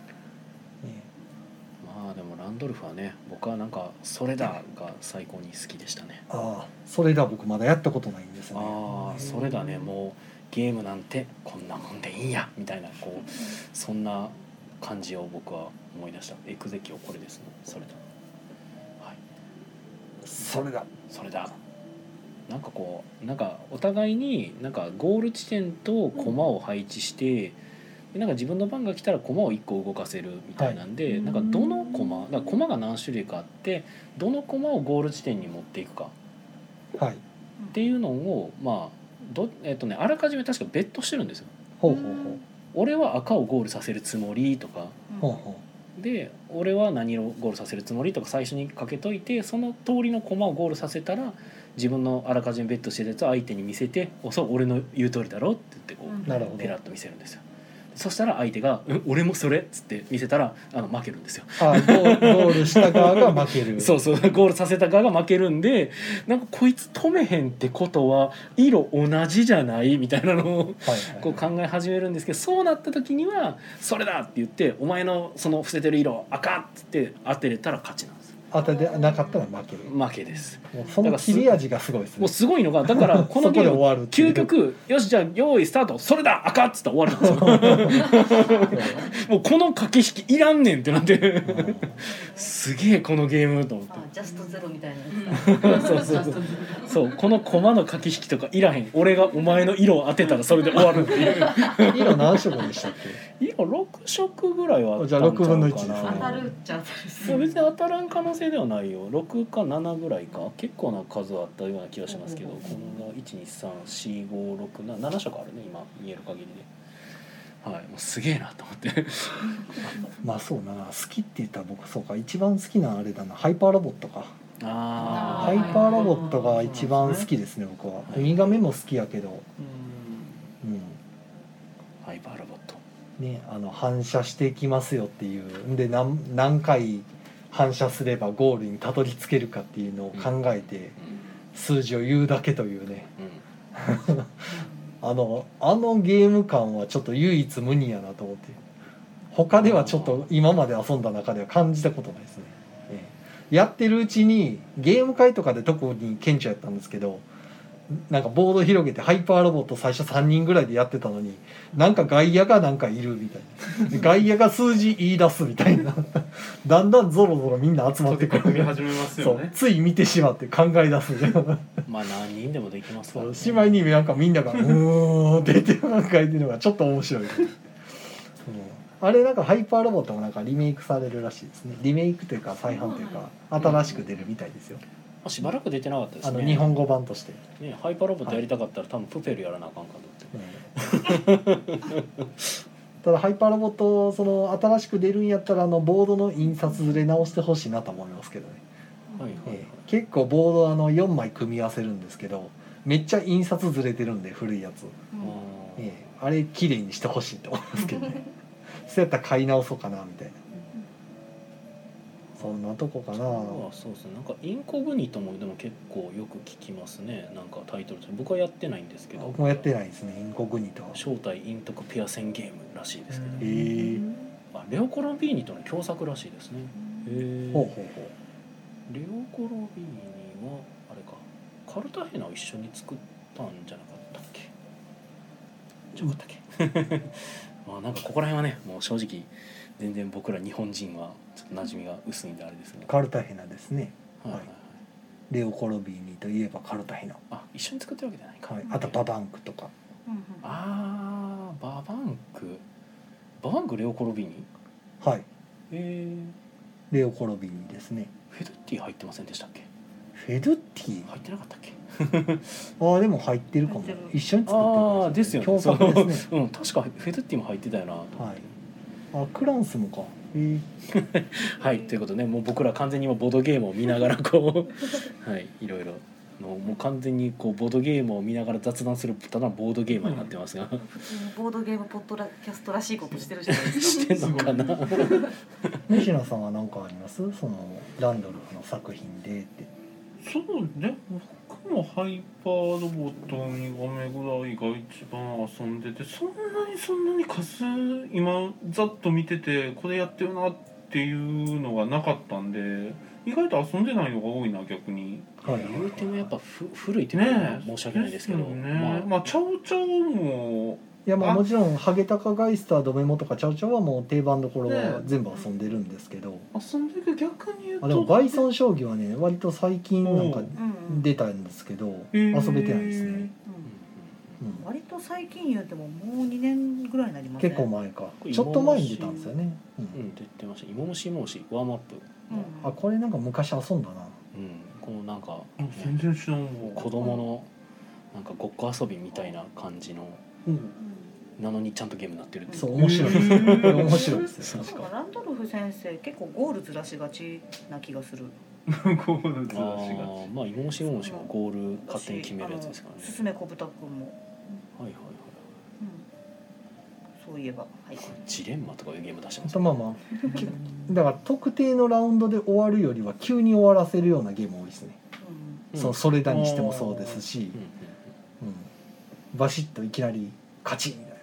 まあでもランドルフはね、僕はなんかそれだが最高に好きでしたね。 ああ、それだ、僕まだやったことないんですよね。 ああ、それだね、もうゲームなんてこんなもんでいいんやみたいな、そんな感じを僕は思い出した。エクゼキオこれですね、それだ、はい、 それだ、 それだ。なんかなんかお互いになんかゴール地点と駒を配置して、なんか自分の番が来たら駒を1個動かせるみたいなんで、なんかどの駒、だから駒が何種類かあって、どの駒をゴール地点に持っていくかっていうのを、まああらかじめ確かベットしてるんですよ。 ほうほうほう。 俺は赤をゴールさせるつもりとか、 ほうほうで俺は何色ゴールさせるつもりとか最初にかけといて、その通りの駒をゴールさせたら自分のあらかじめベットしてるやつを相手に見せて、そう俺の言う通りだろって言ってペラッと見せるんですよ。そしたら相手が「俺もそれ」っつって見せたら負けるんですよ。 ゴールした側が負けるそうそう、ゴールさせた側が負けるんで、なんかこいつ止めへんってことは色同じじゃないみたいなのを考え始めるんですけど、そうなった時には「それだ!」って言って「お前のその伏せてる色赤!」っつって当てれたら勝ちなんです。 当ててなかったら負ける。 負けです。 もうその切れ味がすごいですね。 もうすごいのが、だからこのゲーム究極、よしじゃあ用意スタート、それだ赤っつったら終わりなんですよもうこの駆け引きいらんねんってなってすげえこのゲームと思って、 ジャストゼロみたいなやつそうそうそうそうこの駒の駆け引きとかいらへん、俺がお前の色を当てたらそれで終わるっていう色何色でしたっけ？ 色6色ぐらいはあったんちゃうかな。 じゃあ6分の1ですね。 当たるっちゃ当たるし、 別に当たらん可能性ではないよ。6か7ぐらいか、結構な数あったような気がしますけど、この 1,2,3,4,5,6,7 色あるね今見える限りで、はい、もうすげえなと思ってまあそうな、好きって言ったら僕そうか、一番好きなあれだな、ハイパーロボットか。ハイパーロボットが一番好きですね僕は。ウミガメも好きやけど、 ハイパーロボットね、反射していきますよっていうで、何回反射すればゴールにたどり着けるかっていうのを考えて数字を言うだけというね、あのゲーム感はちょっと唯一無二やなと思って、他ではちょっと今まで遊んだ中では感じたことないですね。やってるうちにゲーム会とかで特に顕著やったんですけど、 なんかボード広げてハイパーロボット最初3人ぐらいでやってたのになんか外野がなんかいるみたいなで外野が数字言い出すみたいなだんだんゾロゾロみんな集まってくる見始めますそうよね。 つい見てしまって考え出すみたいなまあ何人でもできますから、 そうね、 しまいになんかみんなが「うーん」って言って考えてるのがちょっと面白い、あれなんかハイパーロボットもなんかリメイクされるらしいですね。リメイクというか再販というか新しく出るみたいですよ。 しばらく出てなかったですね。 日本語版として、 ね、ハイパーロボットやりたかったら、多分プペルやらなあかんかとって、 ただハイパーロボットその新しく出るんやったらボードの印刷ずれ直してほしいなと思いますけどね、 はいはいはい、 結構ボード4枚組み合わせるんですけどめっちゃ印刷ずれてるんで古いやつ、あれ綺麗にしてほしいと思いますけどねそうやったら買い直そうかなみたいな、そんなとこかな。 そうですね。なんかインコグニトもでも結構よく聞きますね。なんかタイトル僕はやってないんですけど。 僕もやってないですね。インコグニト。 正体陰徳ペア戦ゲームらしいですけど。あ、レオコロビーニとの共作らしいですね。 ほうほうほう。レオコロビーニはあれか、カルタヘナを一緒に作ったんじゃなかったっけ？違ったっけ？まあなんかここら辺はね、もう正直全然僕ら日本人はちょっと馴染みが薄いんであれですね。 カルタヘナですね。 はいはいはい。 レオコロビーニといえばカルタヘナ。 あ、一緒に作ってるわけじゃないか。 はい。あとババンクとか。 ああ、ババンクレオコロビーニ。 はい。レオコロビーニですね。 フェドゥッティ入ってませんでしたっけ？ フェドゥッティ入ってなかったっけ？ ああでも入ってるかも。一緒に作ってるかも。ああですよね。 共作ですね。 うん、確かフェドゥッティも入ってたよな。はい。 あ、クランスもか。 はいということで、ね、もう僕ら完全に今ボードゲームを見ながらこうはいいろいろのもう完全にこうボードゲームを見ながら雑談するただのボードゲーマーになってますが、 普通にボードゲームポッドキャストらしいことしてるじゃないですか。 してんのかな。 西野さんは何かあります？そのランドルフの作品でって。 そうね。僕もハイパーロボット2画面ぐらいが一番遊んでて、そんなに数今ざっと見ててこれやってるなっていうのがなかったんで、意外と遊んでないのが多いな逆に。 はい、言うてもやっぱ古いっていうのは申し訳ないですけど、 ね、まあチャオチャオもいやまあもちろんハゲタカガイスタードメモとかチャオチャオはもう定番どころは全部遊んでるんですけど、 遊んでる逆に言うとでもバイソン将棋はね割と最近なんか出たんですけど、遊べてないですね。 割と最近言うてももう2年ぐらいになりますね。 結構前か。ちょっと前に出たんですよね。 出てました。芋虫ワームアップ。 あ、これなんか昔遊んだな。 このなんか全然知らん。 子供のなんかごっこ遊びみたいな感じの。なのにちゃんとゲームになってる。 そう面白いです。面白いですよ。 確かランドルフ先生結構ゴールずらしがちな気がする。 ゴールずらしがち。 まあ芋虫もゴール勝手に決めるやつですからね。 すすめ小豚くんも。 はいはいはい。 そういえば、はい。 ジレンマとかいうゲーム出してます。 まあまあ。だから特定のラウンドで終わるよりは急に終わらせるようなゲーム多いですね。それだにしてもそうですし、バシッといきなり勝ちみたいな。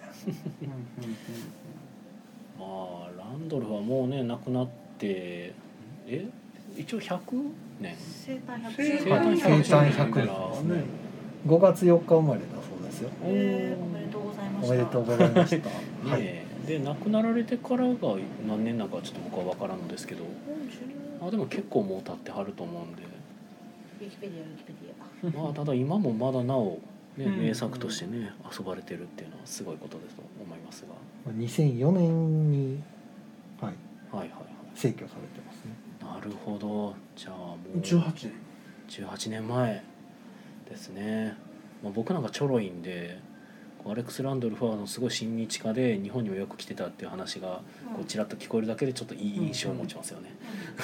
まあランドルフはもうね亡くなって一応100年生誕100 年生誕100年5月4日生まれだそうですよ。 おめでとうございました。 おめでとうございました。 はい。で亡くなられてからが何年なんかちょっと僕は分からんのですけど、でも結構もう経ってはると思うんで。 ウィキペディア。 まあただ今もまだなおね、名作としてね遊ばれてるっていうのはすごいことですと思いますが、 2004年に、はいはい逝去されてますね。 なるほど。じゃあもう 18 年前ですね。まあ、僕なんかちょろいんでアレックス・ランドルフはすごい親日家で日本にもよく来てたっていう話がこうちらっと聞こえるだけでちょっといい印象を持ちますよね。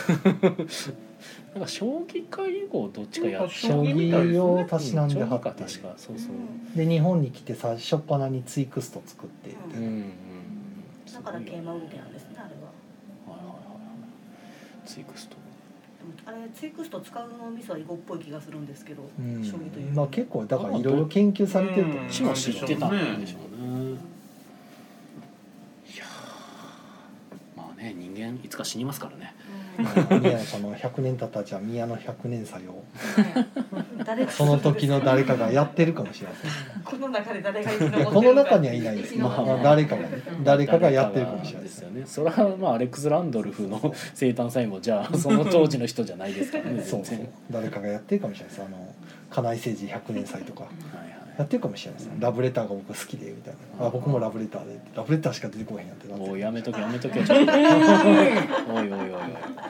なんか将棋界以降どっちかやって将棋をたしなんではって、 確かそうで日本に来て最初っ端にツイクスト作って、 だから桂馬運転なんですねあれは。 ツイクスト。 あれツイクスト使うのミスは囲碁っぽい気がするんですけど、将棋という。 まあ結構だからいろいろ研究されてると思う。 知ってたんでしょうね。いやまあね人間いつか死にますからね。 宮野さんの100年経ったじゃあ宮の100年祭を誰その時の誰かがやってるかもしれません。 この中で誰が生き残ってるか。 この中にはいないです。 まあ誰かがね、誰かがやってるかもしれないですす。 でよね。それはまあアレックス・ランドルフの生誕祭もじゃあその当時の人じゃないですからね。 そうそう全然。 誰かがやってるかもしれないです。金井誠司100年祭とかはいはい。 やってるかもしれないです。ラブレターが僕好きでみたいな。あ、僕もラブレターでラブレターしか出てこへんやってなってる。 もうやめとけやめとけちょっと。おいおいおいおい。 あばいあばいおい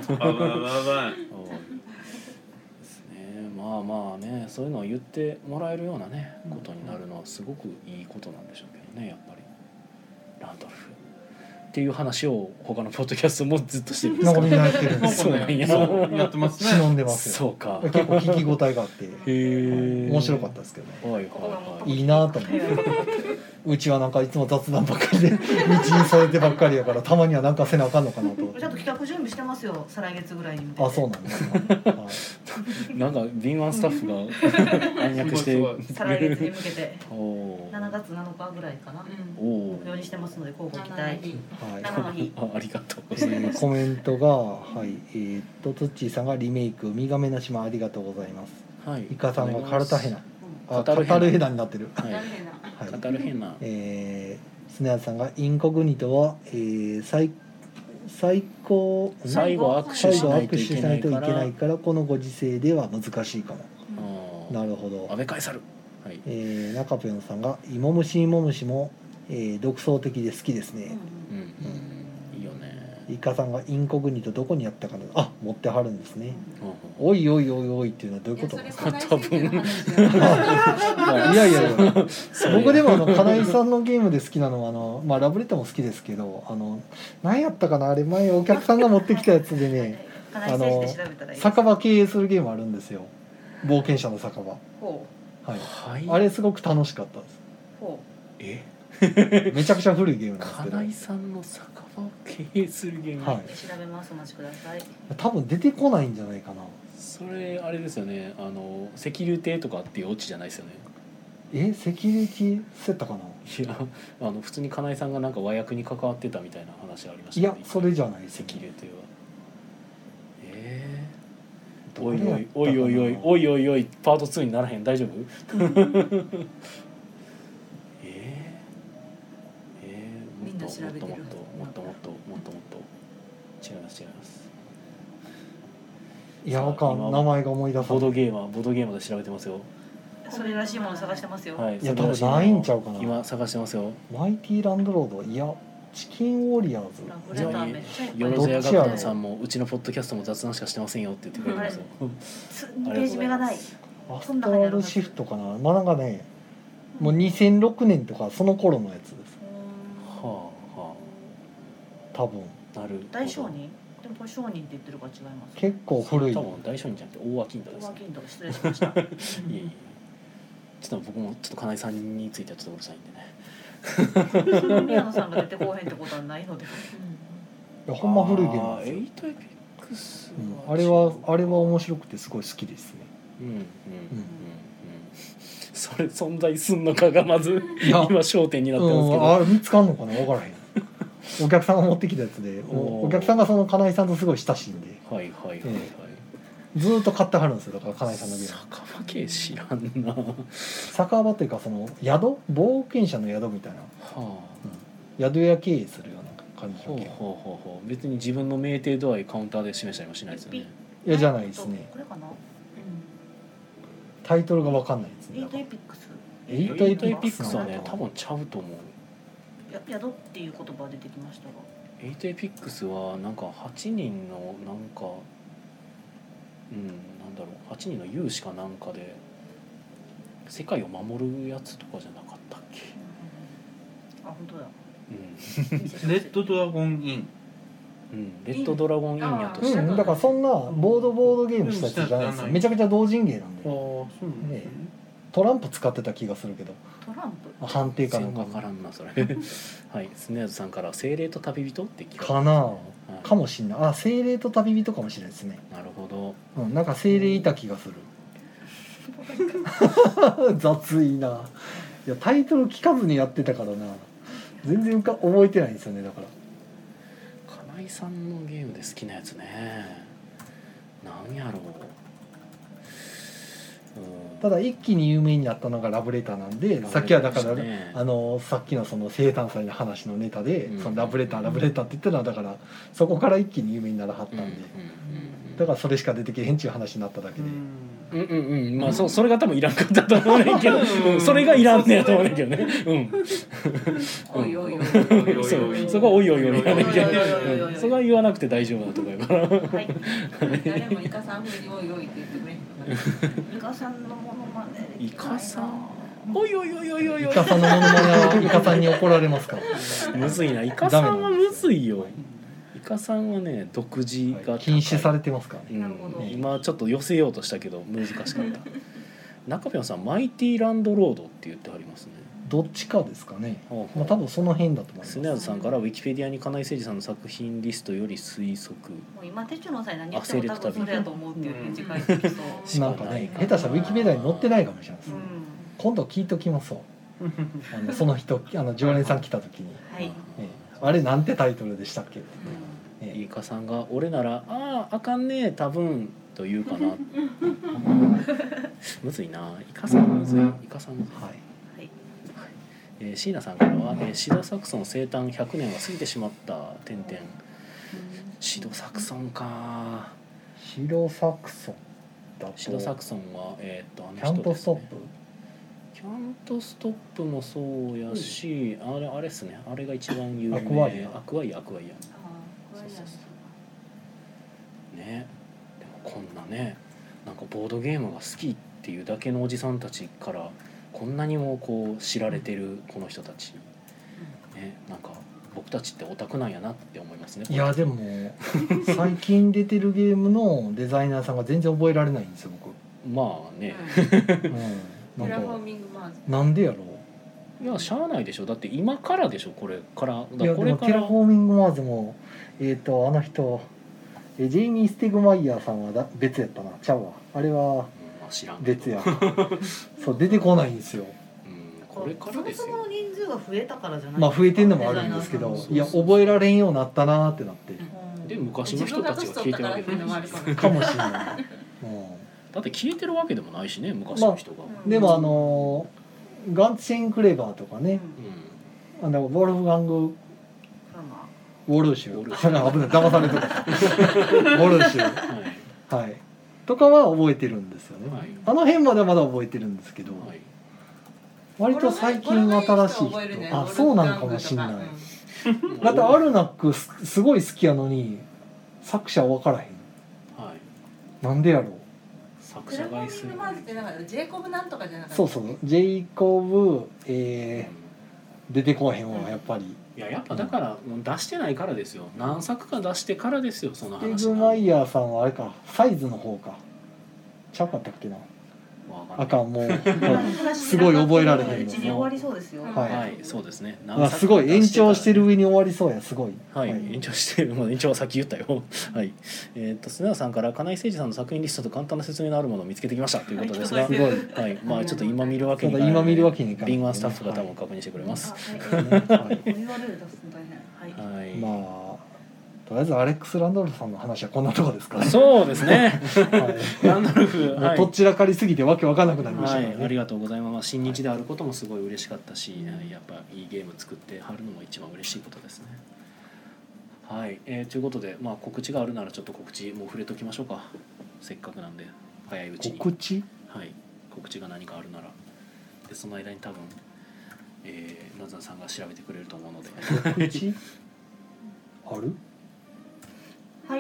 ですね。まあまあね、そういうのを言ってもらえるようなねことになるのはすごくいいことなんでしょうけどね、やっぱりランドルフっていう話を他のポッドキャストもずっとしてるんですかなんかみんなやってるんです。 そうなんや。 そうやってますね。 忍んでますよ。 そうか。 結構聞き応えがあってへえ。 面白かったですけどね。 はいはいはい。 いいなと思って。うちはなんかいつも雑談ばっかりで道にされてばっかりやからたまにはなんかせなあかんのかなと思ってちゃんと企画準備してますよ。再来月ぐらいに向けて。 あ、そうなんですね、はいなんか敏腕スタッフが暗躍してすごい再来月に向けておおー。 7月7日ぐらいかな。 おお目標にしてますので交互期待。 はい 7の日。 ありがとうございます。 コメントが、はいトッチーさんがリメイクウミガメの島ありがとうございますはい。 イカさんがカルタヘナあカタルヘナカタルヘナになってるはい。 はいカタルヘナ。 スネアさんがインコグニトは、最後最後握手しないといけないから。 からこのご時世では難しいかもあーなるほど安倍カエサル。はい。 中ペヨンさんが芋虫芋虫も、独創的で好きですね、 うんうん。いいよね。 イカさんがインコグニトどこにやったかなあ持ってはるんですねうんおいおいおいおいっていうのはどういうこと多分いやいやいや僕でも金井さんのゲームで好きなのはまあラブレターも好きですけど何やったかなあれ前お客さんが持ってきたやつでね金井選手で調べたらいい。 酒場経営するゲームあるんですよ冒険者の酒場ほはいはい。 あれすごく楽しかったですうほえ。 めちゃくちゃ古いゲームなんですけど金井さんの酒場を経営するゲーム。 はいう。調べますお待ちください。 多分出てこないんじゃないかなそれあれですよね。セキュリティとかっていうオチじゃないですよね。 セキュリティセットかないや普通に金井さんがなんか和訳に関わってたみたいな話ありましたいやそれじゃないですセキュリティは。 どおいれやったかなおいおいおいおいおいおいおいパート2にならへん大丈夫？ みんな調べてるもっともっともっともっともっともっと違います違います。 いやわかん名前が思い出さないボードゲーマーで調べてますよ。 それらしいもの探してますよ。 はい。 いやそれらし多分ないんちゃうかな今探してますよ。 マイティランドロードいやチキンウォリアーズラブレターめっちゃいっぱいよろずやどっちやろ学園さんもうちのポッドキャストも雑談しかしてませんよって言ってくれるんですよ。 2ページ目がない。 アストラルシフトかなまあなんかねもう2006年とかその頃のやつですはあは多分あなるほど。 大商人？でもこれ商人って言ってるから違います。 結構古い多分大商人じゃなくて大商人ですね。 大金と失礼しました。 いえいえ。ちょっと僕もちょっと金井さんについてはちょっとうるさいんでね。 宮野さんが出てこうへんってことはないので。 いやほんま古いゲームなんですよエイトエピックスあれは面白くてすごい好きですねうんうんうんうん。それ存在すんのかがまずいや今焦点になってますけど。 あれ見つかんのかな分からへんお客さんが持ってきたやつでお客さんがその金井さんとすごい親しいんではいはいはいはい。 ずーっと買ってはるんですよだから金井さんのゲーム酒場系知らんな。は酒場というかその宿冒険者の宿みたいな、 あ。 宿屋経営するような感じほうのゲームほうほうほう。別に自分の酩酊度合いカウンターで示したりもしないですよね。 いやじゃないですねこれかな。 タイトルが分かんないですねエイトエピックス。 エエイトエイトエピッピックスはクスはねね多分ちゃうと思う。 宿っていう言葉が出てきましたが。 エイトエピックスはなんか8人のなんかなんだろう8人の勇士かなんかで世界を守るやつとかじゃなかったっけ？ あ本当だ。 うんレッドドラゴンインレッドドラゴンインやとしたら、 だからそんなボードゲームしたやつじゃないですよめちゃくちゃ同人芸なんでそうなんですねトランプ使ってた気がするけどトランプ。 判定かなんか全然わからんなそれはいスネアズさんから精霊と旅人って聞かなはいかもしんない精霊と旅人かもしれないですねなるほど。 なんか精霊いた気がする雑いないやタイトル聞かずにやってたからな全然覚えてないんですよねだから井さんのゲームで好きなやつね、なんやろう。 ただ一気に有名になったのがラブレターなんで、さっきはだから、 ね、 さっきのその生誕祭の話のネタで、 うん、 そのラブレターって言ってるのはだからそこから一気に有名にならはったんで、だからそれしか出てけへんちゅう話になっただけで、 まあそれが多分いらんかったと思うねんけど、それがいらんねやと思うねんけどね。 おいおいおいそこはおいおいおいやねんけど、そこは言わなくて大丈夫なとこやから。 誰もイカさん風においおいって言ってくれへんイカさんのモノマネイカさん、おいおいおいおいおい、 イカさんのモノマネはイカさんに怒られますから。 むずいな、イカさんはむずいよ。イカさんはね、独自が禁止されてますからね。 今ちょっと寄せようとしたけど難しかった。中ぴょんさん、マイティランドロードって言ってありますね。 どっちかですかね。まあ多分その辺だと思います。 スネアズさんからウィキペディアに金井誠司さんの作品リストより推測。 もう今手帳の際何言っても多分それやと思うっていう返事書いてきそう。 なんかね、下手したらウィキペディアに載ってないかもしれないです、今度聞いときますわ。その人常連さん来た時に、 はい、 あれなんてタイトルでしたっけ。 イカさんが俺ならあかんねえ多分と言うかな。むずいな、イカさんむずい、イカさんむずい。はい。椎名さんからは、シドサクソン生誕100年は過ぎてしまった点々。シドサクソンか。 シドサクソンだと。 シドサクソンはキャントストップ。 キャントストップもそうやし、あれですね。あれが一番有名。アクワイア。ね、でもこんなね、なんかボードゲームが好きっていうだけのおじさんたちからこんなにもこう知られてるこの人たち、ね、なんか僕たちってオタクなんやなって思いますね。 いやでも最近出てるゲームのデザイナーさんが全然覚えられないんですよ僕。 まあね、 なんでやろう。いやしゃあないでしょ、だって今からでしょ、これからだいやこれから。 テラフォーミングマーズもあの人ジェイミー・ステグマイヤーさんは別やったな、ちゃうわ、あれは別やそう出てこないんですよ。 これからですよ。 そもそもの人数が増えたからじゃない。 まあ増えてんのもあるんですけど、いや覚えられんようになったなってなって。 で昔の人たちが消えてるわけでもないかもしれない。 だって消えてるわけでもないしね、昔の人が。 でもガンツシェンクレバーとかね、ウォルフガングウォルシュ、危ない騙されてた。ウォルシュ、はい、とかは覚えてるんですよね。あの辺まではまだ覚えてるんですけど、割と最近新しい人、あ、そうなのかもしれない。だってアルナックすごい好きやのに作者分からへん。なんでやろう。 作者がいする。ジェイコブなんとかじゃなかった。 そうそう、ジェイコブ、出てこへんわやっぱり。 いややっぱだから出してないからですよ。何作か出してからですよ、その話。 ステグマイヤーさんはあれか、サイズの方か。ちゃうかったっけな。あかん、もうすごい覚えられへんの。 終わりそうですよ。 はい、そうですね。 すごい延長してる上に終わりそうや、すごい。 はい、延長してる、もう延長はさっき言ったよ。はい。須永さんから金井誠司さんの作品リストと簡単な説明のあるものを見つけてきましたということですが、 すごい。 はい、まあちょっと今見るわけにいかない。敏腕スタッフが多分確認してくれます。 はい。まあ。とりあえずアレックス・ランドルフさんの話はこんなとこですかね。 そうですね。ランドルフ、 どちらかりすぎてわけわかんなくなりましたね。 ありがとうございます。新日であることもすごい嬉しかったし、やっぱいいゲーム作ってはるのも一番嬉しいことですね。はい、ということで、まあ告知があるならちょっと告知もう触れときましょうか。せっかくなんで早いうちに。 告知？ はい、告知が何かあるなら。でその間に多分、ナズナさんが調べてくれると思うので。 告知？ある？ はい。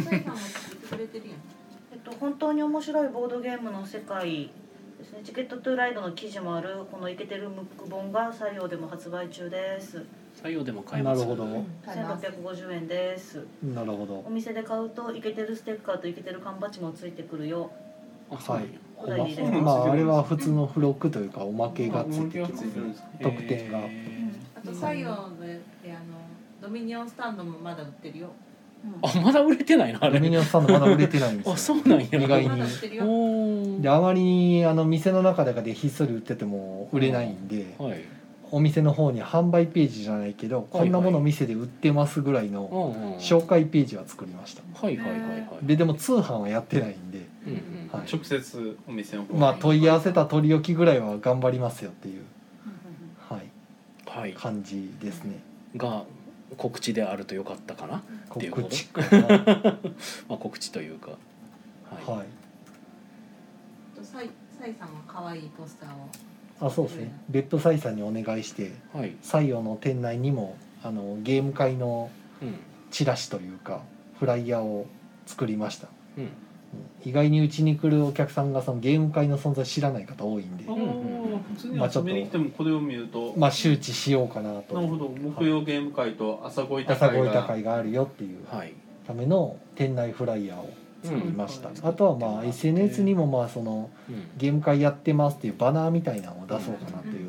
本当に面白いボードゲームの世界ですね。チケットトゥーライドの記事もあるこのイケてるムック本が採用でも発売中です。 採用でも買えます。 なるほど。 1650円です。 なるほど。 お店で買うとイケてるステッカーとイケてる缶バッジもついてくるよ。 はい。まああれは普通の付録というかおまけがついてきます。特典が。 あと採用でドミニオンスタンドもまだ売ってるよ。 あ、まだ売れてないのあれ。 ドミニオンスタンドまだ売れてないんですよ。 あ、そうなんや。 意外に。で、あまりに店の中だけでひっそり売ってても売れないんで、 お店の方に販売ページじゃないけど、こんなもの店で売ってますぐらいの紹介ページは作りました。 はいはいはいはい。 でも通販はやってないんで、 はい、直接お店の方にまあ問い合わせた取り置きぐらいは頑張りますよっていう、 はい、 感じですね。 が告知であるとよかったかなっていうこと。 告知かなまあ告知というか、 はい。 サイさんは可愛いポスターを。 そうですね。別府サイさんにお願いして、西洋の店内にもゲーム会のチラシというかフライヤーを作りました。意外にうちに来るお客さんがそのゲーム会の存在知らない方多いんで、 普通に遊びに来てもこれを見ると、 周知しようかなと。 なるほど。木曜ゲーム会と朝ごいた会があるよっていうための店内フライヤーを作りました。あとはまあ SNS にもまあそのゲーム会やってますっていうバナーみたいなのを出そうかなという。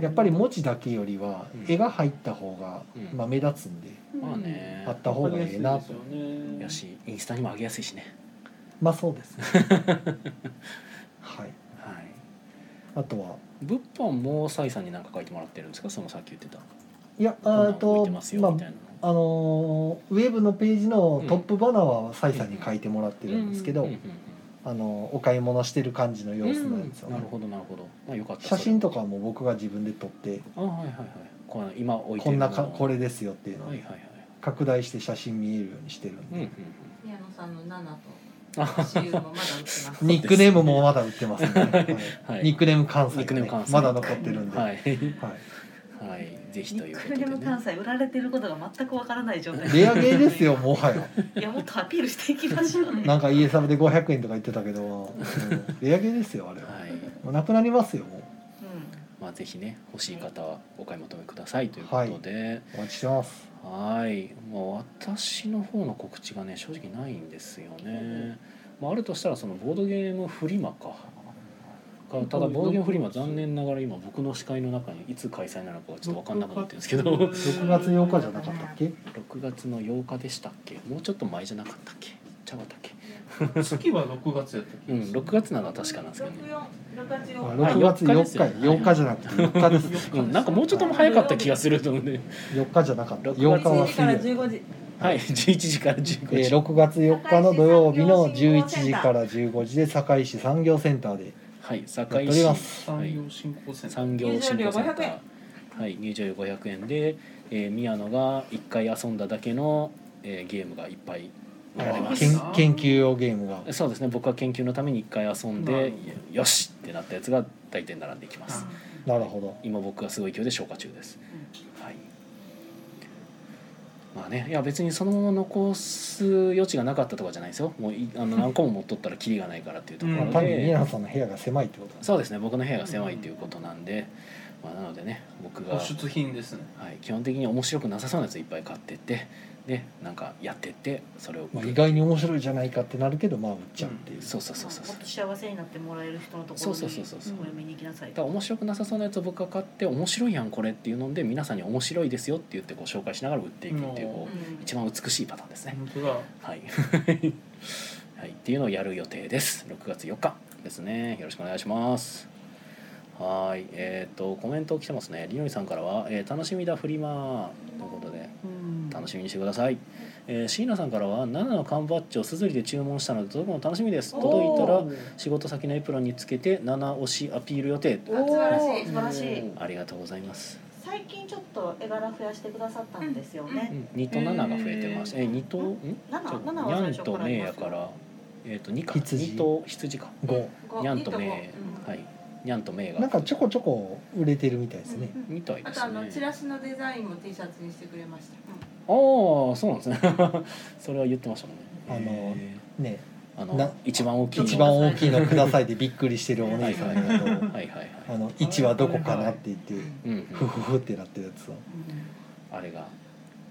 やっぱり文字だけよりは絵が入った方がまあ目立つんで、あった方がいいなと。 やしインスタにも上げやすいしね。 まあそうですね。はい。あとは物販もサイさんに何か書いてもらってるんですか。そのさっき言ってた。 いやまあウェブのページのトップバナーはサイさんに書いてもらってるんですけど、お買い物してる感じの様子のやつを、 なるほどなるほど。まあよかった。 写真とかも僕が自分で撮って、 この今置いてるこれですよっていうのを拡大して写真見えるようにしてるんで。 宮野さんの7とシールもまだ売ってます。 ニックネームもまだ売ってますね。ニックネーム関西まだ残ってるんで。 はい、ぜひということで、 ニックネーム関西売られてることが全くわからない状態。 レアゲーですよもはや。 いやもっとアピールしていきましょうね。 なんか家サブで500円とか言ってたけど、レアゲーですよあれは。もうなくなりますよもう。 まあぜひね欲しい方はお買い求めくださいということで、 お待ちしてます。 もう私の方の告知がね正直ないんですよね。まああるとしたらそのボードゲームフリマか。ただボードゲームフリマ残念ながら今僕の視界の中にいつ開催なのかはちょっと分かんなくなってるんですけど 6月8日じゃなかったっけ。 6月の8日でしたっけ。もうちょっと前じゃなかったっけ。ちゃうかったっけ。 月は6月やったっけ。 6月なのは確かなんですけどね。 6月4日8日じゃなくて4日です。 なんかもうちょっとも早かった気がするので 4日じゃなかった。8日は 11時から15時。 はい11時から15時。 6月4日の土曜日の11時から15時で堺市産業センターで。 堺市産業振興センター、 産業振興センター、入場料500円で、宮野が1回遊んだだけの、ゲームがいっぱい見られます。 研究用ゲームが。 そうですね。僕は研究のために1回遊んでよしってなったやつが大体並んでいきます。 なるほど。 今僕がすごい勢いで消化中です。はい。まあね、いや別にそのまま残す余地がなかったとかじゃないですよ。もう何個も持っとったらキリがないからっていうところで、 単に宮野さんの部屋が狭いってこと。 そうですね。僕の部屋が狭いっていうことなんで、まあ、なのでね僕が保出品ですね。 基本的に面白くなさそうなやついっぱい買ってってでなんかやってってそれを意外に面白いじゃないかってなるけどまあ売っちゃうっていう。 そうもっと幸せになってもらえる人のところにお読みに行きなさい。 だから面白くなさそうなやつを僕が買って面白いやんこれっていうので皆さんに面白いですよって言ってこう紹介しながら売っていくっていう一番美しいパターンですね。 本当だ。 はいっていうのをやる予定です。6月4日ですね。よろしくお願いします。はい、コメント来てますね。りのりさんからは、楽しみだフリマということで楽しみにしてください。椎名さんからは7の缶バッジをすずりで注文したので届くの楽しみです。届いたら仕事先のエプロンにつけて7推しアピール予定。 素晴らしい。 ありがとうございます。 最近ちょっと絵柄増やしてくださったんですよね。 2と7が増えてます。2と 7は最初からにゃんとめやから2か2と羊か5にゃんとめはいにゃんとめがなんかちょこちょこ売れてるみたいですね。 みたいですね。 あとチラシのデザインも T シャツにしてくれました。 ああそうなんですね。それは言ってましたもんね。一番大きいのくださいでびっくりしてるお姉さんだと位置はどこかなって言ってフフフってなってるやつをあれがなる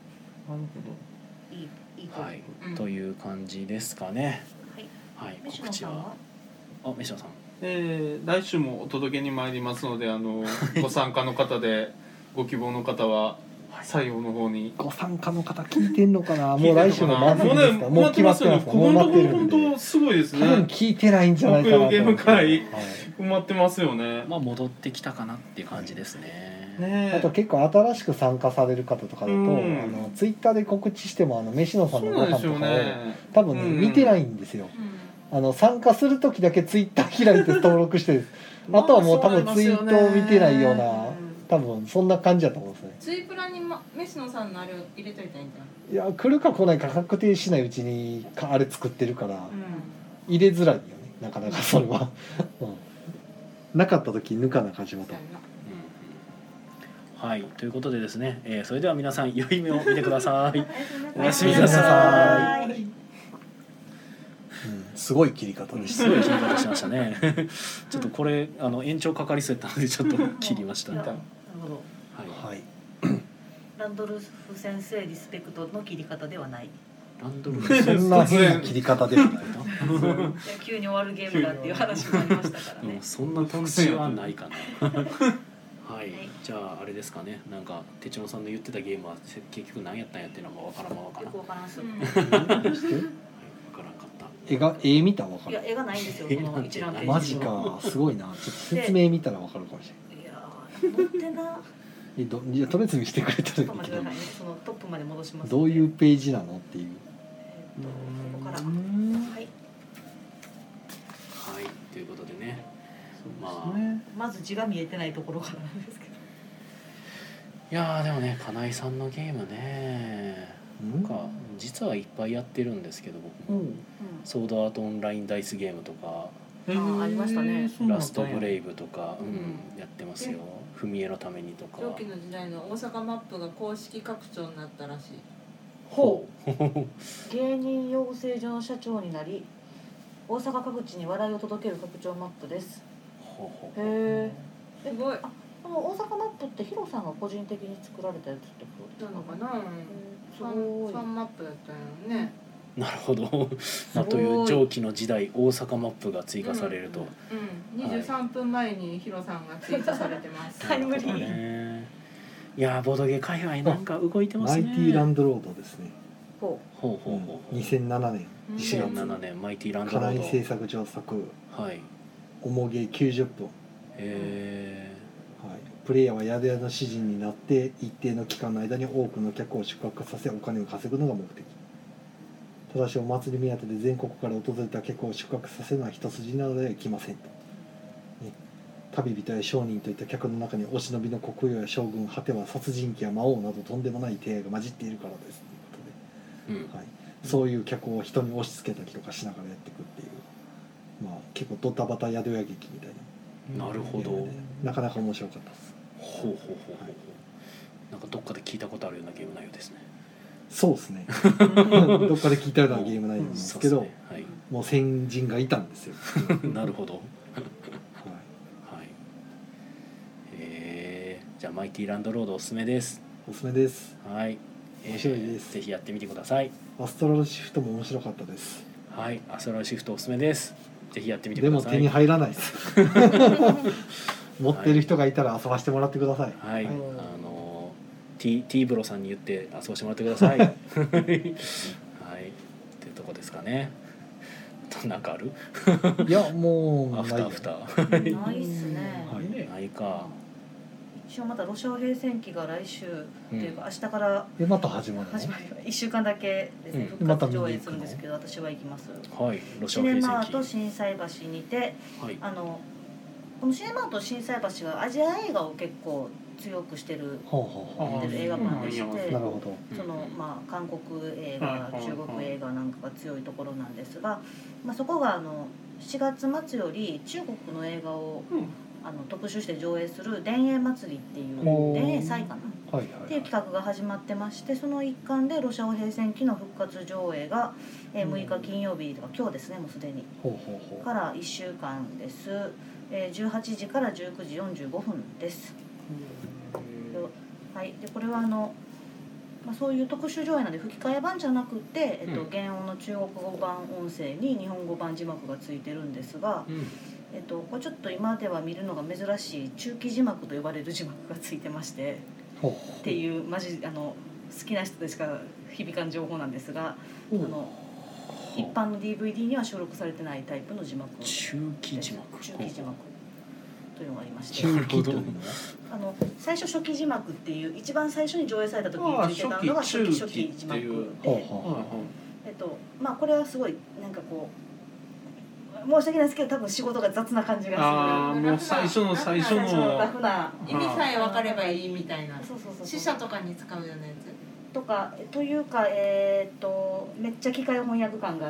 ほどはいという感じですかね。はい告知は飯野さん。 来週もお届けに参りますのでご参加の方でご希望の方は採用の方にご参加の方聞いてんのかな。もう来週も満席ですか。 もう決まってますよね。ここのところ本当すごいですね。 多分聞いてないんじゃないかな。 木曜ゲーム会埋まってますよね。 まあ戻ってきたかなっていう感じですね。 ねあと結構新しく参加される方とかだと、ツイッターで告知しても飯野さんのご飯とかを多分ね、見てないんですよ。参加する時だけツイッター開いて登録してあとはもう多分ツイートを見てないような、多分そんな感じだと思うんですね。 ツイプラに飯野さんのあれを入れといたらいいんじゃない？ いや来るか来ないか確定しないうちにあれ作ってるから、入れづらいよね、なかなかそれは、なかった時抜かな感じまた。 はい、ということでですね、それでは皆さん良い夢を見てください。 おやすみなさい。すごい切り方でした。 すごい切り方しましたね。ちょっとこれ延長かかりそうやったのでちょっと切りました。なるほど。 はい。 ランドルフ先生リスペクトの切り方ではない。 ランドルフそんな変な切り方ではないな。 急に終わるゲームだっていう話もありましたからね。 そんなトンチはないかな。はい、じゃああれですかね。なんか手帳さんの言ってたゲームは結局何やったんやっていうのもわからんままかな。 わからんす。 絵見たらわかる。 いや絵がないんですよ。この一覧ページ。 マジか、すごいな。ちょっと説明見たらわかるかもしれない。 いや載ってな。 いやとりあえず見せてくれたらいいけど。 そのトップまで戻します。 どういうページなのっていう。 ここから。はい。 はい、ということでね。 まず字が見えてないところからなんですけど。 いやでもね、金井さんのゲームね。なんか実はいっぱいやってるんですけど僕も、ソードアートオンラインダイスゲームとかありましたね。 ラストブレイブとか、やってますよ。踏み絵のためにとか。 上記の時代の大阪マップが公式拡張になったらしい。 ほう。 芸人養成所の社長になり大阪各地に笑いを届ける拡張マップです。へえ。 すごい。 この大阪マップってヒロさんが個人的に作られたやつってことなのかな。ファンマップだったよね。 なるほど。という上記の時代大阪マップが追加されると。 23分前にヒロさんがツイートされてます。 タイムリー。 いやボードゲー界隈なんか動いてますね。 マイティランドロードですね。 ほう。2007年。 2007年マイティランドロード。 金井製作上作。 はい。 重げ90分。プレイヤーは宿屋の主人になって一定の期間の間に多くの客を宿泊させお金を稼ぐのが目的。ただしお祭り目当てで全国から訪れた客を宿泊させるのは一筋縄ではいきませんと、旅人や商人といった客の中にお忍びの国王や将軍、果ては殺人鬼や魔王などとんでもない手合いが混じっているからですということで、そういう客を人に押し付けたりとかしながらやっていくっていう、結構ドタバタ宿屋劇みたいな。なるほど。 なかなか面白かったです。 ほう。なんかどっかで聞いたことあるようなゲーム内容ですね。 そうですね。どっかで聞いたようなゲーム内容なんですけど、もう先人がいたんですよ。 なるほど。はい。じゃあマイティランドロードおすすめです。 おすすめです。 はい。 面白いです。 ぜひやってみてください。 アストラルシフトも面白かったです。 はい、アストラルシフトおすすめです。ぜひやってみてください。 でも手に入らないです。持ってる人がいたら遊ばしてもらってください。 はい。T ブロさんに言って遊ばしてもらってください。はい。ってとこですかね。なんかある？ いやもうアフター。 ないっすね。 ないか。 一応またロシア平戦期が来週っていうか明日からまた始まるの 1週間だけですね、復活上映するんですけど私は行きます。 はい。 ロシア平戦期シネマート心斎橋にて、このシネマート心斎橋はアジア映画を結構強くしてる映画館でして、その韓国映画、中国映画なんかが強いところなんですが、そこが4月末より中国の映画を特集して上映する田園祭りっていう田園祭かなっていう企画が始まってまして、その一環でロシア語平戦期の復活上映が6日金曜日とか今日ですね、もうすでにから1週間です。18時から19時45分です。はい、でこれはそういう特殊上映なので吹き替え版じゃなくて、原音の中国語版音声に日本語版字幕がついてるんですが、これちょっと今では見るのが珍しい中期字幕と呼ばれる字幕がついてまして、っていうマジ好きな人でしか響かん情報なんですが、一般の DVD には収録されてないタイプの字幕。 中期字幕。 というのがありまして、 中期というのは最初初期字幕っていう一番最初に上映された時についてたのが初期字幕で、まあこれはすごいなんかこう申し訳ないですけど多分仕事が雑な感じがする。 ああもう最初のラフな意味さえ分かればいいみたいな。 そう死者とかに使うようなやつとかというかめっちゃ機械翻訳感があって、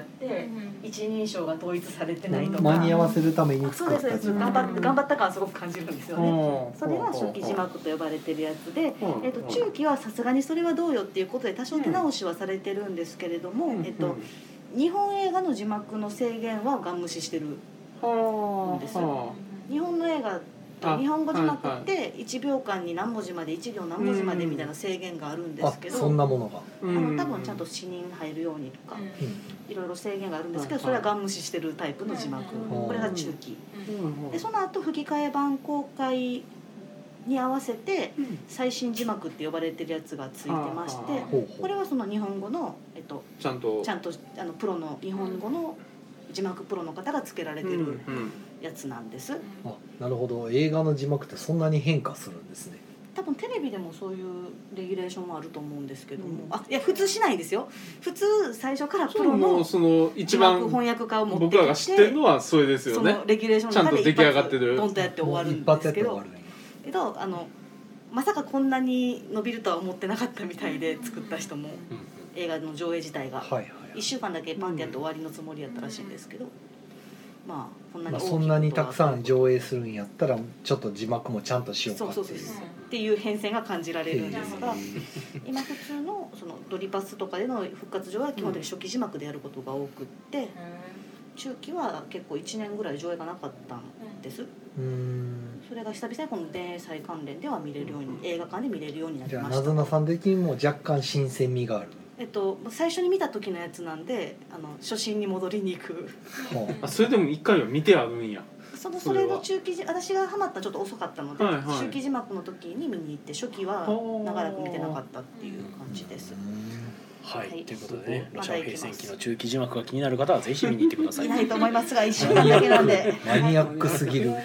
一人称が統一されてないとか、 間に合わせるために作ったそうです頑張った感すごく感じるんですよね。それが初期字幕と呼ばれてるやつで、中期はさすがにそれはどうよっていうことで多少手直しはされてるんですけれども、日本映画の字幕の制限はガン無視してるんですよ。日本の映画日本語字幕って1秒間に何文字まで1行何文字までみたいな制限があるんですけど、 そんなものが多分ちゃんと死人入るようにとかいろいろ制限があるんですけど、それはガン無視してるタイプの字幕、これが中期で、その後吹き替え版公開に合わせて最新字幕って呼ばれてるやつがついてまして、これはその日本語のちゃんとプロの日本語の字幕プロの方がつけられてるやつなんです。 あ、なるほど。映画の字幕ってそんなに変化するんですね。 多分テレビでもそういうレギュレーションはあると思うんですけども、いや普通しないんですよ。普通最初からプロのその一番翻訳家を持ってきて、 僕らが知ってるのはそれですよね。 そのレギュレーションの中でちゃんと出来上がってるドンとやって終わるんですけど、まさかこんなに伸びるとは思ってなかったみたいで、作った人も映画の上映自体が1週間だけパンってやって終わりのつもりやったらしいんですけど、まあこんなにそんなにたくさん上映するんやったらちょっと字幕もちゃんとしようかっていうっていう変遷が感じられるんですが、今普通のそのドリパスとかでの復活上は基本的に初期字幕でやることが多くって、中期は結構1年ぐらい上映がなかったんです。それが久々にこの連載関連では見れるように、映画館で見れるようになりました。 じゃあなずなさん的にも若干新鮮味がある。 最初に見た時のやつなんで初心に戻りに行くそれでも1回は見てあるんや。 それの中期字、私がハマったちょっと遅かったので、中期字幕の時に見に行って初期は長らく見てなかったっていう感じです。 はい、ということでね、ロシア平戦記の中期字幕が気になる方はぜひ見に行ってください。 いないと思いますが1週間だけなんでマニアックすぎる。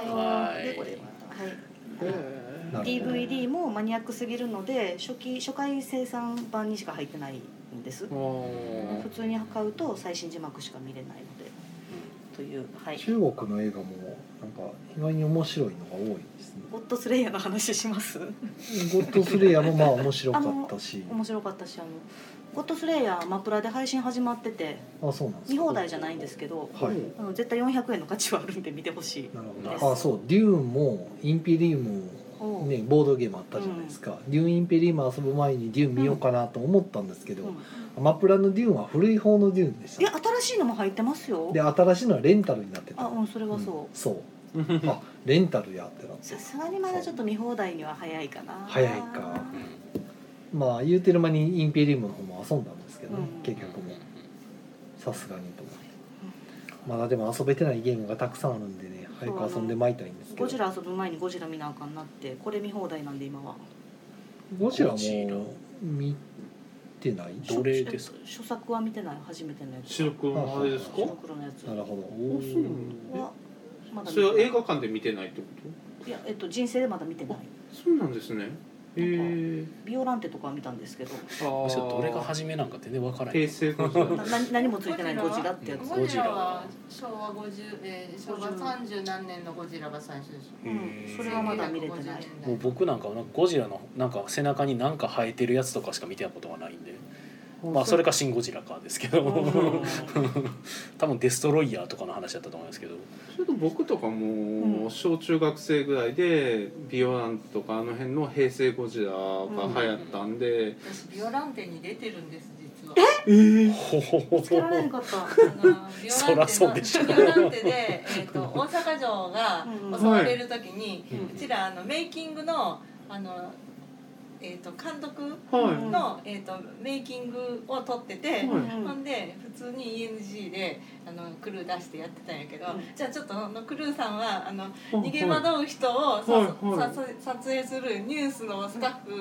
DVD もマニアックすぎるので初回生産版にしか入ってないんです。普通に買うと最新字幕しか見れないので、という、 中国の映画もなんか意外に面白いのが多いですね。 ゴッドスレイヤーの話します？ ゴッドスレイヤーもまあ面白かったしゴッドスレイヤーマプラで配信始まってて、 そうなんですか。 見放題じゃないんですけど、絶対400円の価値はあるんで見てほしい。 なるほど。そう、デューンもインペリウムね、ボードゲームあったじゃないですか。デューンインペリウム遊ぶ前にデューン見ようかなと思ったんですけど、アマプラのデューンは古い方のデューンでした。 いや新しいのも入ってますよ。 で新しいのはレンタルになってた。 それはそう。 そう。レンタルやってなって。 さすがにまだちょっと見放題には早いかな。 早いか。まあ言うてる間にインペリウムの方も遊んだんですけどね、結局もさすがにと思って。まだでも遊べてないゲームがたくさんあるんでね、早く遊んでまいたいんですけど。 ゴジラ遊ぶ前にゴジラ見なあかんなって、これ見放題なんで今は。 ゴジラも見てない？ どれですか？ 初作は見てない、初めてのやつ。 白黒のあれですか？ 白黒のやつ。 なるほど。それは映画館で見てないってこと？ いや、人生でまだ見てない。 そうなんですね。 ビオランテとかは見たんですけど、 どれが初めなんか全然分からない。 平成ゴジラ何もついてないゴジラってやつ。 ゴジラは昭和30何年のゴジラが最初でしょ。 それはまだ見れてない。 もう僕なんかゴジラのなんか背中になんか生えてるやつとかしか見てたことがないんで、まあそれかシン・ゴジラかですけど多分デストロイヤーとかの話だったと思いますけど、 ちょっと僕とかも小中学生ぐらいでビオランテとかあの辺の平成ゴジラが流行ったんで、 私ビオランテに出てるんです実は。 見つけられなかった。 そらそうでしょ。 ビオランテで大阪城が襲われる時に、うちらメイキングの監督の、メイキングを撮ってて、ほんで普通に ENG でクルー出してやってたんやけど、じゃあちょっとクルーさんは逃げ惑う人を撮影するニュースのスタッフ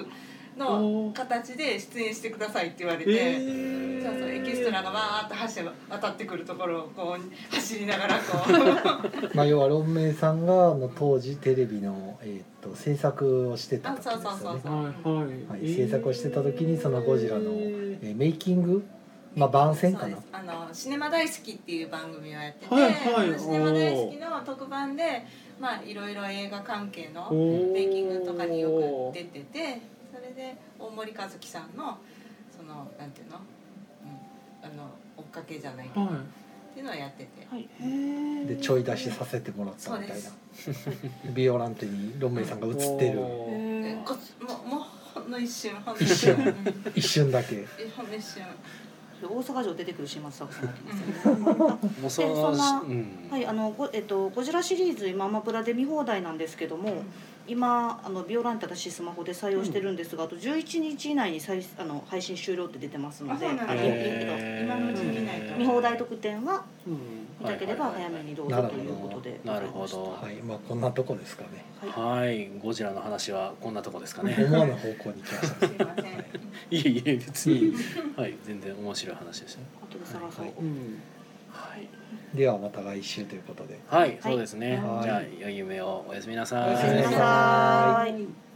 の形で出演してくださいって言われて、そうそうエキストラがわーっと渡ってくるところをこう走りながらこうまあ要はロンメイさんが当時テレビの制作をしてた時ですよね。はい、制作をしてた時にそのゴジラのメイキング、まあ番宣かな。 シネマ大好きっていう番組をやってて、シネマ大好きの特番でまあいろいろ映画関係のメイキングとかによく出てて、それで大森和樹さんのそのなんていうの、追っかけじゃないけど、っていうのをやってて、 でちょい出しさせてもらったみたいな。ビオランテにロンメイさんが映ってる。 もうほんの一瞬一瞬だけ。 ほんの一瞬。 大阪城出てくる島津作さんですよね。そんな、ゴジラシリーズ今アマプラで見放題なんですけども、今ビオランテ私スマホで採用してるんですが、あと11日以内に配信終了って出てますので、今のうちに見ないと見放題特典は見たければ早めにどうぞということで。 なるほど。 はい、まあこんなとこですかね。 はい、ゴジラの話はこんなとこですかね。 思わぬ方向に行きました。 すいません。 いえ別に、はい、全然面白い話でした。 後で探そう。 はい。 ではまた来週ということで。 はい、そうですね。じゃあ良い夢をおやすみなさい。 おやすみなさい。